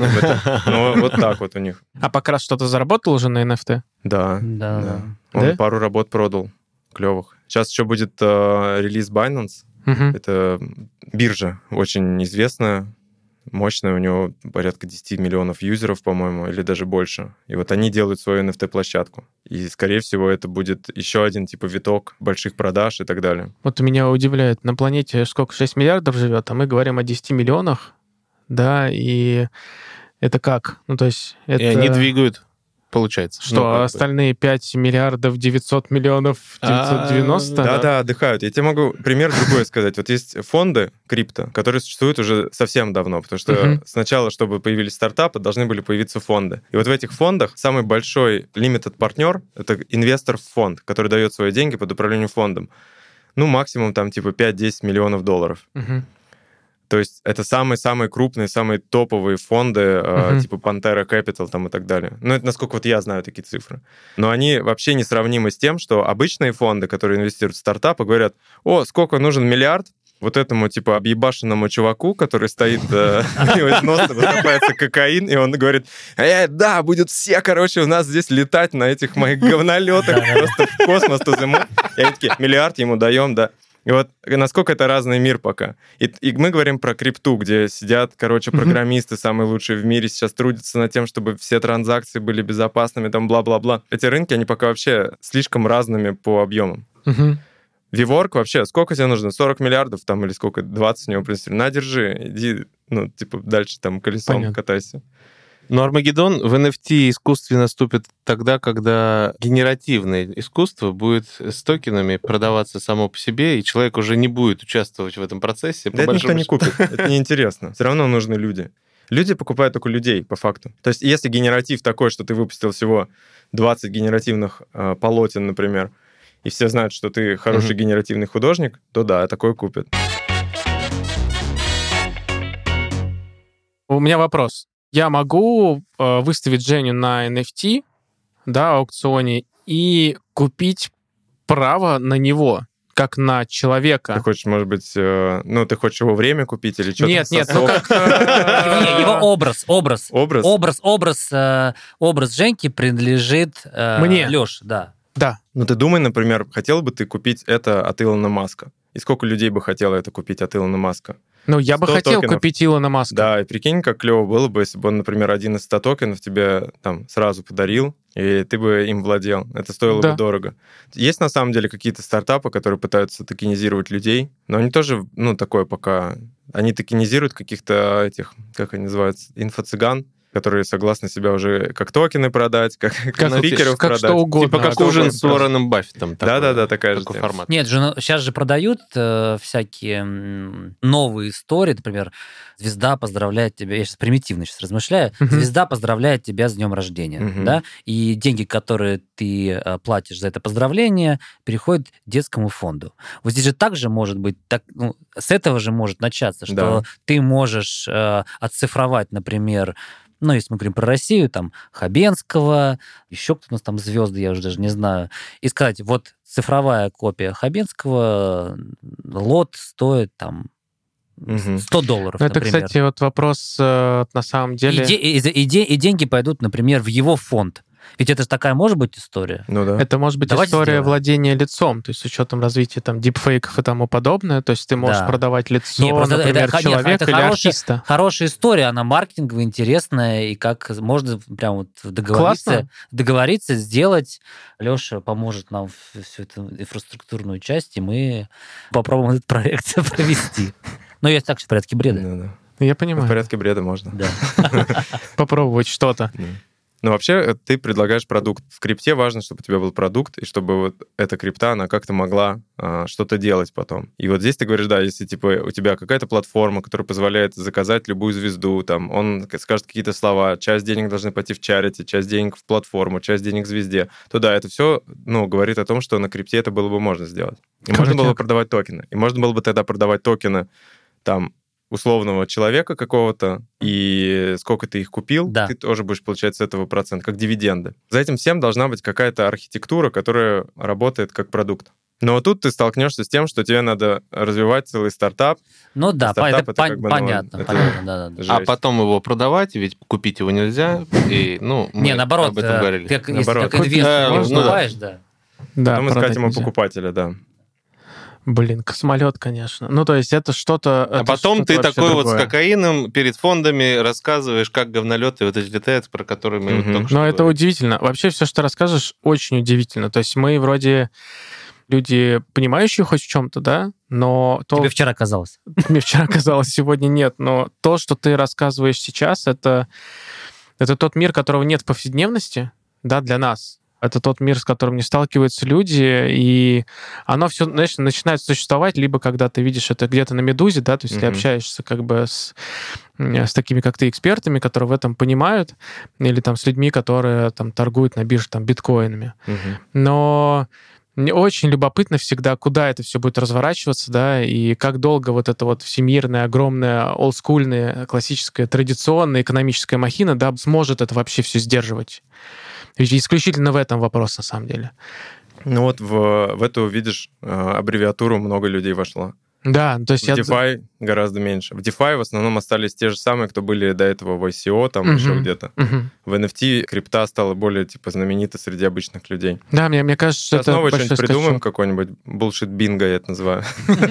Ну, вот так вот у них. А Покрас что-то заработал уже на эн эф ти? Да, да. да. Он да? пару работ продал, клевых. Сейчас еще будет э, релиз Binance. Угу. Это биржа очень известная, мощная. У него порядка десять миллионов юзеров, по-моему, или даже больше. И вот они делают свою эн эф ти-площадку. И, скорее всего, это будет еще один типа виток больших продаж и так далее. Вот меня удивляет, на планете сколько, шесть миллиардов живет, а мы говорим о десяти миллионах, да, и это как? Ну, то есть это... И они двигают, получается. Что, ну, а остальные пять миллиардов девятьсот миллионов девятьсот девяносто? Да-да, отдыхают. Я тебе могу пример другой сказать. Вот есть фонды крипто, которые существуют уже совсем давно, потому что uh-huh. сначала, чтобы появились стартапы, должны были появиться фонды. И вот в этих фондах самый большой limited партнер — это инвестор в фонд, который дает свои деньги под управлением фондом. Ну, максимум там типа пять-десять миллионов долларов. Uh-huh. То есть это самые-самые крупные, самые топовые фонды, uh-huh. э, типа Pantera Capital там и так далее. Ну, это насколько вот я знаю такие цифры. Но они вообще несравнимы с тем, что обычные фонды, которые инвестируют в стартапы, говорят, о, сколько нужен миллиард вот этому, типа, объебашенному чуваку, который стоит, у него из носа высыпается кокаин, и он говорит, э, да, будут все, короче, у нас здесь летать на этих моих говнолетах просто в космос, то зиму. И они такие, миллиард ему даем, да. И вот насколько это разный мир пока. И, и мы говорим про крипту, где сидят, короче, программисты, mm-hmm. самые лучшие в мире, сейчас трудятся над тем, чтобы все транзакции были безопасными, там, бла-бла-бла. Эти рынки, они пока вообще слишком разными по объемам. Mm-hmm. Виворк вообще, сколько тебе нужно? сорок миллиардов там или сколько? двадцать у него принесли. На, держи, иди, ну, типа, дальше там колесом Понятно. Катайся. Но Армагеддон в эн эф ти искусстве наступит тогда, когда генеративное искусство будет с токенами продаваться само по себе, и человек уже не будет участвовать в этом процессе. Да это никто не купит, это неинтересно. Все равно нужны люди. Люди покупают только людей, по факту. То есть если генератив такой, что ты выпустил всего двадцать генеративных э, полотен, например, и все знают, что ты хороший mm-hmm. генеративный художник, то да, такое купят. У меня вопрос. Я могу э, выставить Женю на эн эф ти, да, аукционе, и купить право на него, как на человека. Ты хочешь, может быть, э, ну, ты хочешь его время купить или что-то? Нет, нет, ну как... Его образ, образ. Образ? Образ, образ, образ Женьки принадлежит мне. Лёше, да. Да. Ну, ты думай, например, хотел бы ты купить это от Илона Маска? И сколько людей бы хотело это купить от Илона Маска? Ну, я бы хотел токенов. купить Илона Маска. Да, и прикинь, как клево было бы, если бы он, например, один из ста токенов тебе там сразу подарил, и ты бы им владел. Это стоило да. бы дорого. Есть, на самом деле, какие-то стартапы, которые пытаются токенизировать людей, но они тоже, ну, такое пока... Они токенизируют каких-то этих, как они называются, инфо-цыган, которые согласны себя уже как токены продать, как, как спикеров как продать. Что угодно. Типа как ужин с Уорреном Баффетом. Да-да-да, такая же формат. Нет, же, сейчас же продают э, всякие новые истории, например, звезда поздравляет тебя, я сейчас примитивно сейчас размышляю, uh-huh. звезда поздравляет тебя с днем рождения, uh-huh. да, и деньги, которые ты э, платишь за это поздравление, переходят детскому фонду. Вот здесь же также может быть, так, ну, с этого же может начаться, что да. ты можешь э, оцифровать, например, ну, если мы говорим про Россию, там, Хабенского, еще кто у нас там звезды, я уже даже не знаю, и сказать, вот цифровая копия Хабенского, лот стоит там сто долларов, это, например. кстати, вот вопрос э, на самом деле... И, де- и, и, и деньги пойдут, например, в его фонд. Ведь это же такая может быть история? Ну да. Это может быть Давайте история сделаем. Владения лицом, то есть с учетом развития там дипфейков и тому подобное, то есть ты можешь да. продавать лицо, не, например, это, человека нет, это или хорошая, артиста. Хорошая история, она маркетинговая, интересная, и как можно прям вот договориться, договориться, сделать. Леша поможет нам всю эту инфраструктурную часть, и мы попробуем этот проект провести. Но я так в порядке бреда. Да, да. Я понимаю. В порядке бреда можно. Да. Попробовать что-то. Но вообще ты предлагаешь продукт. В крипте важно, чтобы у тебя был продукт, и чтобы вот эта крипта, она как-то могла а, что-то делать потом. И вот здесь ты говоришь, да, если типа у тебя какая-то платформа, которая позволяет заказать любую звезду, там, он скажет какие-то слова, часть денег должны пойти в чарити, часть денег в платформу, часть денег в звезде, то да, это все, ну, говорит о том, что на крипте это было бы можно сделать. И Крутяк. можно было бы продавать токены. И можно было бы тогда продавать токены там условного человека какого-то, и сколько ты их купил, Да. ты тоже будешь получать с этого процент, как дивиденды. За этим всем должна быть какая-то архитектура, которая работает как продукт. Но тут ты столкнешься с тем, что тебе надо развивать целый стартап. Ну да, Стартап это, это пон- как бы, ну, понятно. это понятно, да, да, да. жесть. А потом его продавать, ведь купить его нельзя. И, ну, мы Не, наоборот, об этом э, говорили. как, если Наоборот. как инвестор Э, не ну да. выступаешь, да. Да, Потом искать продать ему нельзя. покупателя, да. Блин, космолет, конечно. Ну, то есть это что-то... А это потом что-то ты вообще такой вот с другое. кокаином перед фондами рассказываешь, как говнолеты вот эти летают, про которые мы вот Мгм. только что Но это говорили. удивительно. Вообще все, что ты расскажешь, очень удивительно. То есть мы вроде люди, понимающие хоть в чем-то, да, но то... Тебе вчера казалось. Мне вчера казалось, сегодня нет. Но то, что ты рассказываешь сейчас, это, это тот мир, которого нет в повседневности, да, для нас. Это тот мир, с которым не сталкиваются люди, и оно все, знаешь, начинает существовать, либо когда ты видишь это где-то на «Медузе», да, то есть ты Мгм. общаешься как бы с, с такими, как ты, экспертами, которые в этом понимают, или там с людьми, которые там торгуют на бирже там биткоинами. Мгм. Но мне очень любопытно всегда, куда это все будет разворачиваться, да, и как долго вот эта вот всемирная, огромная, олдскульная, классическая, традиционная экономическая махина, да, сможет это вообще все сдерживать. Ведь исключительно в этом вопрос, на самом деле. Ну вот в, в эту, видишь, э, аббревиатуру много людей вошло. Да, то есть В я... DeFi гораздо меньше. В DeFi в основном остались те же самые, кто были до этого в ай си о, там Мгм. еще где-то. Мгм. В эн эф ти крипта стала более, типа, знаменита среди обычных людей. Да, мне, мне кажется, что Сейчас это новое большой что-нибудь придумаем, скачок. какой-нибудь bullshit бинго, я это называю.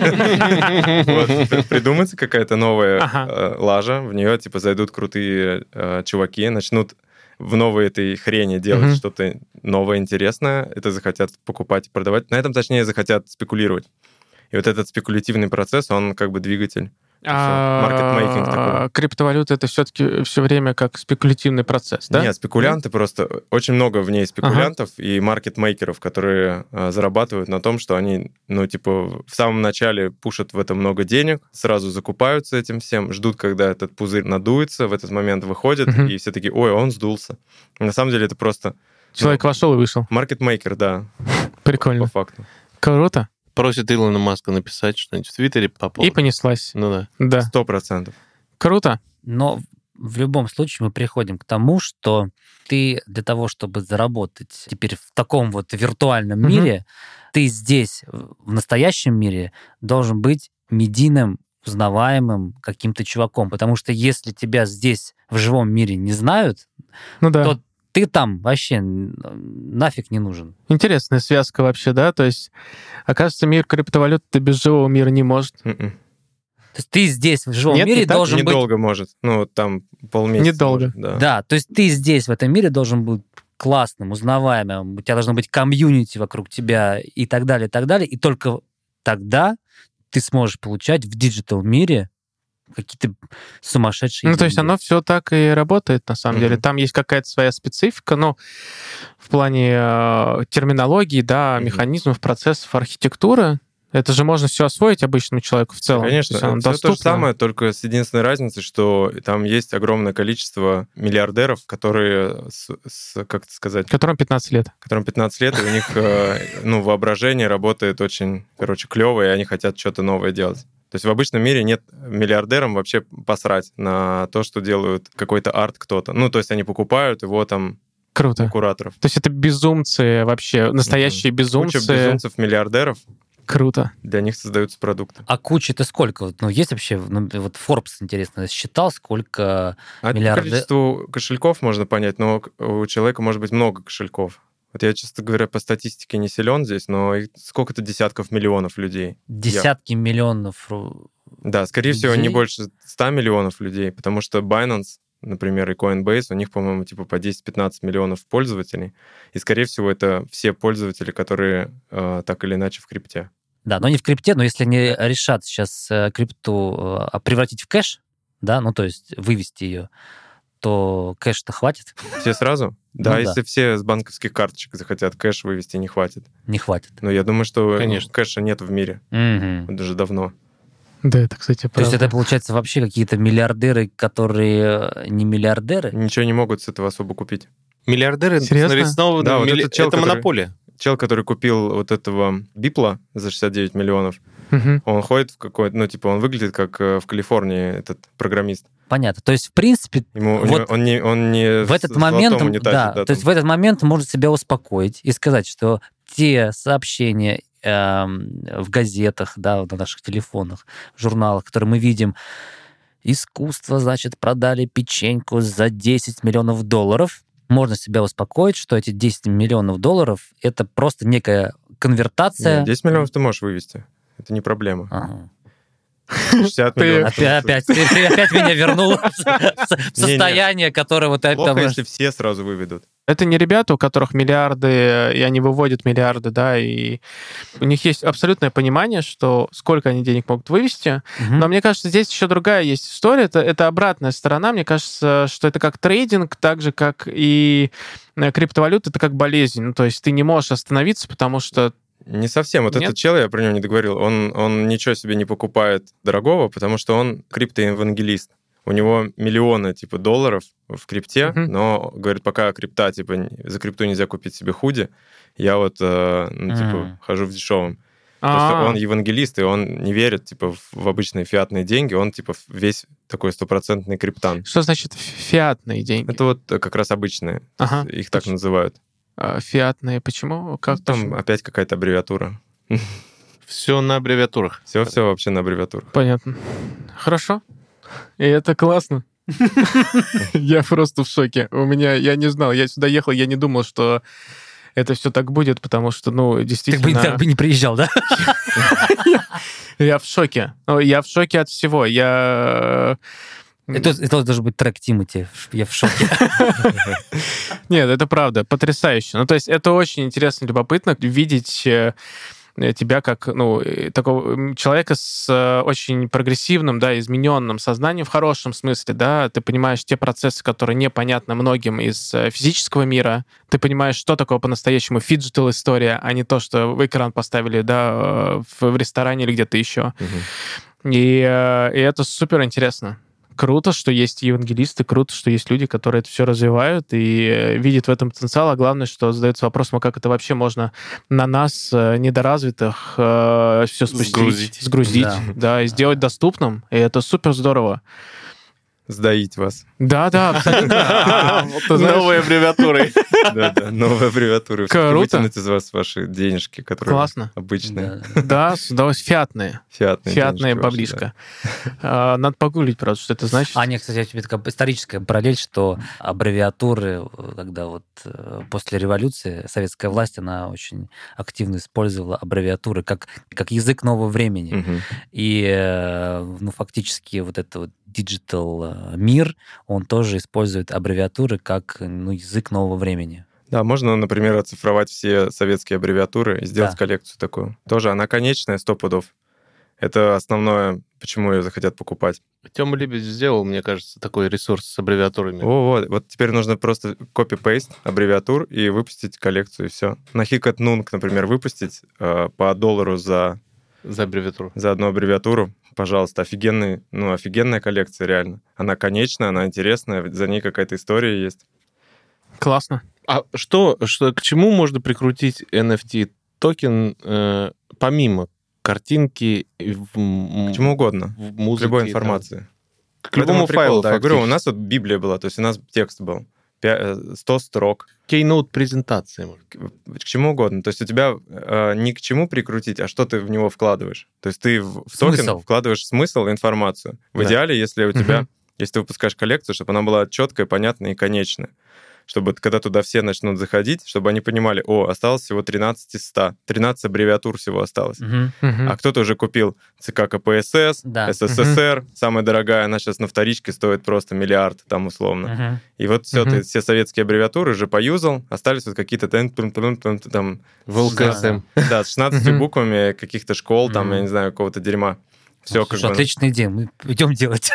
Вот, придумается какая-то новая Ага. э, лажа, в нее, типа, зайдут крутые э, чуваки, начнут в новой этой хрени делать Мгм. что-то новое, интересное, это захотят покупать и продавать. На этом, точнее, захотят спекулировать. И вот этот спекулятивный процесс, он как бы двигатель. А, маркетмейкинг такой. Криптовалюта — это все-таки все время как спекулятивный процесс, да? Нет, спекулянты просто... Очень много в ней спекулянтов и маркетмейкеров, которые а, зарабатывают на том, что они, ну, типа, в самом начале пушат в это много денег, сразу закупаются этим всем, ждут, когда этот пузырь надуется, в этот момент выходят, Мгм. и все такие, ой, он сдулся. На самом деле это просто Человек вошел и вышел. маркетмейкер, да, Прикольно. по факту. Круто. Просит Илона Маска написать что-нибудь в Твиттере по И поводу. понеслась. Ну да. Да. Сто процентов. Круто. Но в любом случае мы приходим к тому, что ты для того, чтобы заработать теперь в таком вот виртуальном Мгм. мире, ты здесь, в настоящем мире, должен быть медийным, узнаваемым каким-то чуваком. Потому что если тебя здесь в живом мире не знают, Ну да. то ты там вообще нафиг не нужен. Интересная связка вообще, да? То есть, оказывается, мир криптовалют без живого мира не может. М-м. То есть ты здесь в живом Нет, не мире так? должен быть... Недолго может. Ну, там полмесяца. Недолго. может, да. Да, то есть ты здесь, в этом мире, должен быть классным, узнаваемым, у тебя должно быть комьюнити вокруг тебя и так далее, и так далее, и только тогда ты сможешь получать в диджитал-мире какие-то сумасшедшие Ну, то есть деньги. оно все так и работает, на самом Мгм. деле. Там есть какая-то своя специфика, но в плане э, терминологии, да, Мгм. механизмов, процессов, архитектуры, это же можно все освоить обычному человеку в целом. Конечно, То есть оно это всё то же доступно. самое, только с единственной разницей, что там есть огромное количество миллиардеров, которые, с, с- как это сказать, Которым пятнадцать лет. которым пятнадцать лет, и у них э, ну, воображение работает очень, короче, клево, и они хотят что-то новое делать. То есть в обычном мире нет миллиардерам вообще посрать на то, что делают какой-то арт кто-то. Ну, то есть они покупают его там у Круто. кураторов. То есть это безумцы вообще, настоящие безумцы. Куча безумцев-миллиардеров, Круто. для них создаются продукты. А куча-то сколько? Вот, ну, есть вообще, ну, вот Forbes, интересно, считал, сколько... А Миллиарды- по количеству кошельков можно понять, но к- у человека может быть много кошельков. Вот я, честно говоря, по статистике не силен здесь, но их сколько-то десятков миллионов людей. Десятки миллионов... ру- Да, скорее всего, не Людей? больше ста миллионов людей, потому что Binance, например, и Coinbase, у них, по-моему, типа по десять-пятнадцать миллионов пользователей. И, скорее всего, это все пользователи, которые э, так или иначе в крипте. Да, но не в крипте, но если они решат сейчас э, крипту э, превратить в кэш, да, ну, то есть вывести ее, то кэш-то хватит? Все сразу? Да, Ну если да. все с банковских карточек захотят кэш вывести, не хватит. Не хватит. Но я думаю, что Конечно. кэша нет в мире. Мгм. Вот даже давно. Да, это, кстати, То правда. есть это, получается, вообще какие-то миллиардеры, которые э, не миллиардеры? Ничего не могут с этого особо купить. Миллиардеры Серьезно? нарисованы. Да, вот милли- этот чел, это который- монополия. Чел, который купил вот этого Бипла за шестьдесят девять миллионов, Мгм. он ходит в какой-то, ну, типа, он выглядит как э, в Калифорнии этот программист. Понятно. То есть, в принципе, Ему, у Вот него- он не, он не в этот с золотом момент, унитазе, да, да, то есть в там. этот момент можно себя успокоить и сказать, что те сообщения эм, в газетах, да, на наших телефонах, журналах, которые мы видим, искусство, значит, продали печеньку за десять миллионов долларов, можно себя успокоить, что эти десять миллионов долларов это просто некая конвертация. Нет, десять миллионов ты можешь вывести. Это не проблема. Ага. шестьдесят Ты- миллионов. Опять, опять, ты, ты опять меня вернул в Не-не. состояние, которое вот это... Плохо, если все сразу выведут. Это не ребята, у которых миллиарды, и они выводят миллиарды, да, и у них есть абсолютное понимание, что сколько они денег могут вывести. Мгм. Но мне кажется, здесь еще другая есть история. Это, это обратная сторона. Мне кажется, что это как трейдинг, так же, как и э, криптовалюта, это как болезнь. Ну, то есть ты не можешь остановиться, потому что... Не совсем. Вот Нет? этот чел, я про него не договорил, он, он ничего себе не покупает дорогого, потому что он криптоевангелист. У него миллионы, типа, долларов в крипте, Мгм. но, говорит, пока крипта, типа, за крипту нельзя купить себе худи, я вот, э, ну, типа, Мгм. хожу в дешевом. Просто А, он евангелист, и он не верит, типа, в- в обычные фиатные деньги, он, типа, весь такой стопроцентный криптан. Что значит фиатные деньги? Это вот э, как раз обычные. То есть Ага. их так Почему? называют. А, Фиатные, почему? Как Там почему? опять какая-то аббревиатура. Все на аббревиатурах. Все-все вообще на аббревиатурах. Понятно. Хорошо. И это классно. Я просто в шоке. У меня, я не знал, я сюда ехал, я не думал, что это все так будет, потому что, ну, Так бы, действительно... так бы не приезжал, да? Я в шоке. Ну, Я в шоке от всего. Я... э, Это, это должен быть трек Тимати. Я в шоке. Нет, это правда, потрясающе. Ну, то есть это очень интересно, любопытно видеть э, тебя как, ну, э, такого м, человека с э, очень прогрессивным, да, измененным сознанием в хорошем смысле, да, ты понимаешь те процессы, которые непонятны многим из э, физического мира, ты понимаешь, что такое по-настоящему фиджитал история, а не то, что в экран поставили, да, э, в, в ресторане или где-то еще. Мгм. И, э, и это супер интересно. Круто, что есть евангелисты, круто, что есть люди, которые это все развивают и э, видят в этом потенциал. А главное, что задается вопросом, а как это вообще можно на нас, э, недоразвитых, все спустить, Сгрузить. сгрузить, Да. да, и сделать доступным. И это супер здорово. Сдаить вас. Да, да, абсолютно. А, вот ты знаешь, Новой аббревиатурой. Да-да, новые аббревиатуры. Круто. Вытянуть из вас ваши денежки, которые Классно. обычные. Да. Да, с удовольствием. Фиатные. Фиатные Фиатные денежки ваши, баблишко. А, Надо погуглить, правда, что это значит. А, нет, кстати, я тебе такая историческая параллель, что аббревиатуры, когда вот э, после революции советская власть, она очень активно использовала аббревиатуры как, как язык нового да. времени. Мгм. И, э, ну, фактически вот этот вот диджитал мир, он тоже использует аббревиатуры как, ну, язык нового времени. Да, можно, например, оцифровать все советские аббревиатуры и сделать Да. коллекцию такую. Тоже она конечная, сто пудов. Это основное, почему ее захотят покупать. Тёма Лебедь сделал, мне кажется, такой ресурс с аббревиатурами. О, вот, вот теперь нужно просто копи-пейст аббревиатур и выпустить коллекцию, и все. На Хикат Нунг, например, выпустить э, по доллару за, За аббревиатуру. за одну аббревиатуру. Пожалуйста, офигенный, ну, офигенная коллекция, реально. Она конечная, она интересная, за ней какая-то история есть. Классно. А что, что, к чему можно прикрутить эн эф ти-токен э, помимо картинки, в, К чему угодно. в К музыке? любой там? информации. К любому В этом и прикол, файлу, да. Я говорю, у фактически. нас вот Библия была, то есть у нас текст был. Пя- э, сто строк. Кейноут-презентация, может. К к чему угодно. То есть у тебя э, не к чему прикрутить, а что ты в него вкладываешь. То есть ты в, в токен Смысл. вкладываешь смысл и информацию. В Да. идеале, если у тебя, Мгм. если ты выпускаешь коллекцию, чтобы она была четкая, понятная и конечная. Чтобы когда туда все начнут заходить, чтобы они понимали, о, осталось всего тринадцать из ста. тринадцать аббревиатур всего осталось. Мгм. Мгм. А кто-то уже купил ЦК КПСС, Да. СССР, самая дорогая, она сейчас на вторичке стоит просто миллиард, там условно. Мгм. И вот все, Мгм. ты все советские аббревиатуры уже поюзал, остались вот какие-то тен- тун- тун- тун- тун- там, В эл ка эс эм. да, с шестнадцатью Мгм. буквами каких-то школ, там, Мгм. я не знаю, какого-то дерьма. Все, Слушай, как бы... отличная идея, мы идем делать.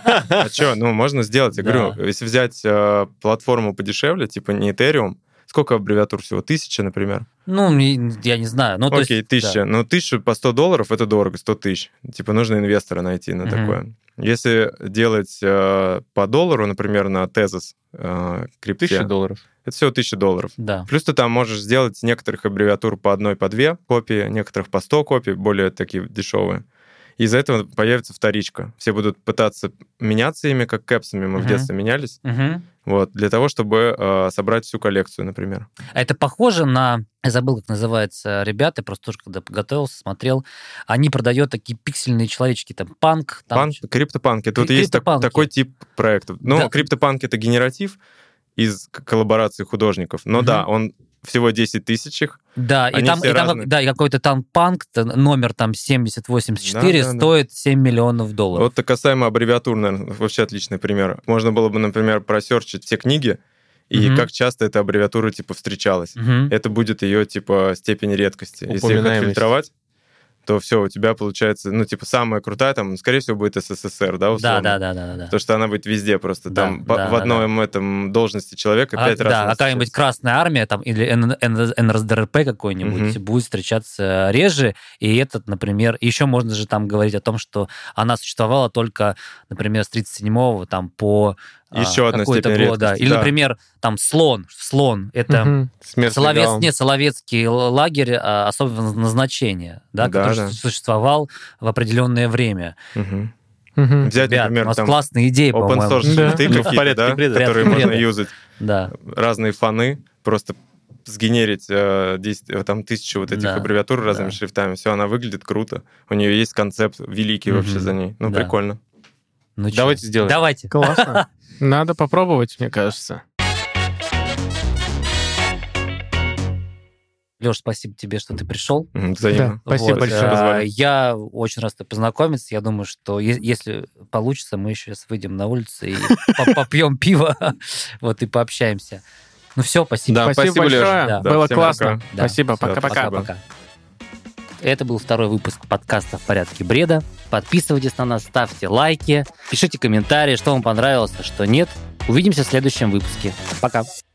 А что, ну, можно сделать. Я Да. говорю, если взять э, платформу подешевле, типа не Ethereum, сколько аббревиатур всего? Тысяча, например? Ну, не- я не знаю. Ну, то Окей, есть, тысяча. да. Ну, тысячу по сто долларов — это дорого, сто тысяч. Типа нужно инвестора найти на Мгм. такое. Если делать э, по доллару, например, на Tezos э, крипте, Тысяча долларов. это всего тысяча долларов. Да. Плюс ты там можешь сделать некоторых аббревиатур по одной, по две копии, некоторых по сто копий, более такие дешевые. И из-за этого появится вторичка. Все будут пытаться меняться ими, как кэпсами мы в Мгм. детстве менялись, Мгм. вот, для того, чтобы э, собрать всю коллекцию, например. А это похоже на... Я забыл, как называется ребята, просто тоже когда подготовился, смотрел. Они продают такие пиксельные человечки, там, панк. Там Панк, криптопанки. Тут Кри- есть так- криптопанки. такой тип проектов. Ну, Да. криптопанк — это генератив из к- коллаборации художников. Но Мгм. да, он всего десять тысяч их. Да, и Они там, все и там разные. да, и какой-то там панк, т- номер там семьдесят восемьдесят четыре, Да, да, да. стоит семь миллионов долларов. Вот касаемо аббревиатур, наверное, вообще отличный пример. Можно было бы, например, просерчить все книги, и Мгм. как часто эта аббревиатура, типа, встречалась. Мгм. Это будет ее, типа, степень редкости. Если их Упоминаемость. отфильтровать, то все, у тебя получается, ну, типа, самая крутая, там, скорее всего, будет СССР, да, условно? Да, да, да, да, да, да. Потому что она будет везде просто. Да, Там по- да, в да, одном этом должности человека А, пять раз да, она какая-нибудь встречается. Красная Армия там, или эн эн эр эс дэ эр пэ какой-нибудь Мгм. будет встречаться реже, и этот, например, еще можно же там говорить о том, что она существовала только, например, с тридцать седьмого там по а, Еще одна какой-то степень год, да. редкости, Или, да. например, там слон, слон, это Мгм. Смерть Соловец, легалом. нет, Соловецкий л- лагерь а, особого назначения, да, Да, который да. существовал в определенное время. Мгм. Мгм. Взять, Ребят, у например, нас там классные идеи, open по-моему. source Да. шрифты Ну, в какие-то, порядке да, бреда. которые Порядке можно бреда. юзать. Да. Разные фоны, просто сгенерить э, десять, э, там тысячу вот этих Да, аббревиатур разными да. шрифтами. Все, она выглядит круто. У нее есть концепт великий Мгм. вообще за ней. Ну, Да. прикольно. Ну, чё? Давайте сделаем. Давайте. Классно. Надо попробовать, мне кажется. Леш, спасибо тебе, что ты пришел. Мгм, взаимно. Да, спасибо Вот, большое. а, Позвали. Я очень рад с тобой познакомиться. Я думаю, что е- если получится, мы еще сейчас выйдем на улицу и по- попьем пиво, вот, и пообщаемся. Ну все, спасибо. Да, Спасибо спасибо, Лёш. большое. Да. Было Да, всем классно. пока. Да. Спасибо. Всё, Пока-пока. спасибо. Пока-пока. Это был второй выпуск подкаста «В порядке бреда». Подписывайтесь на нас, ставьте лайки, пишите комментарии, что вам понравилось, а что нет. Увидимся в следующем выпуске. Пока.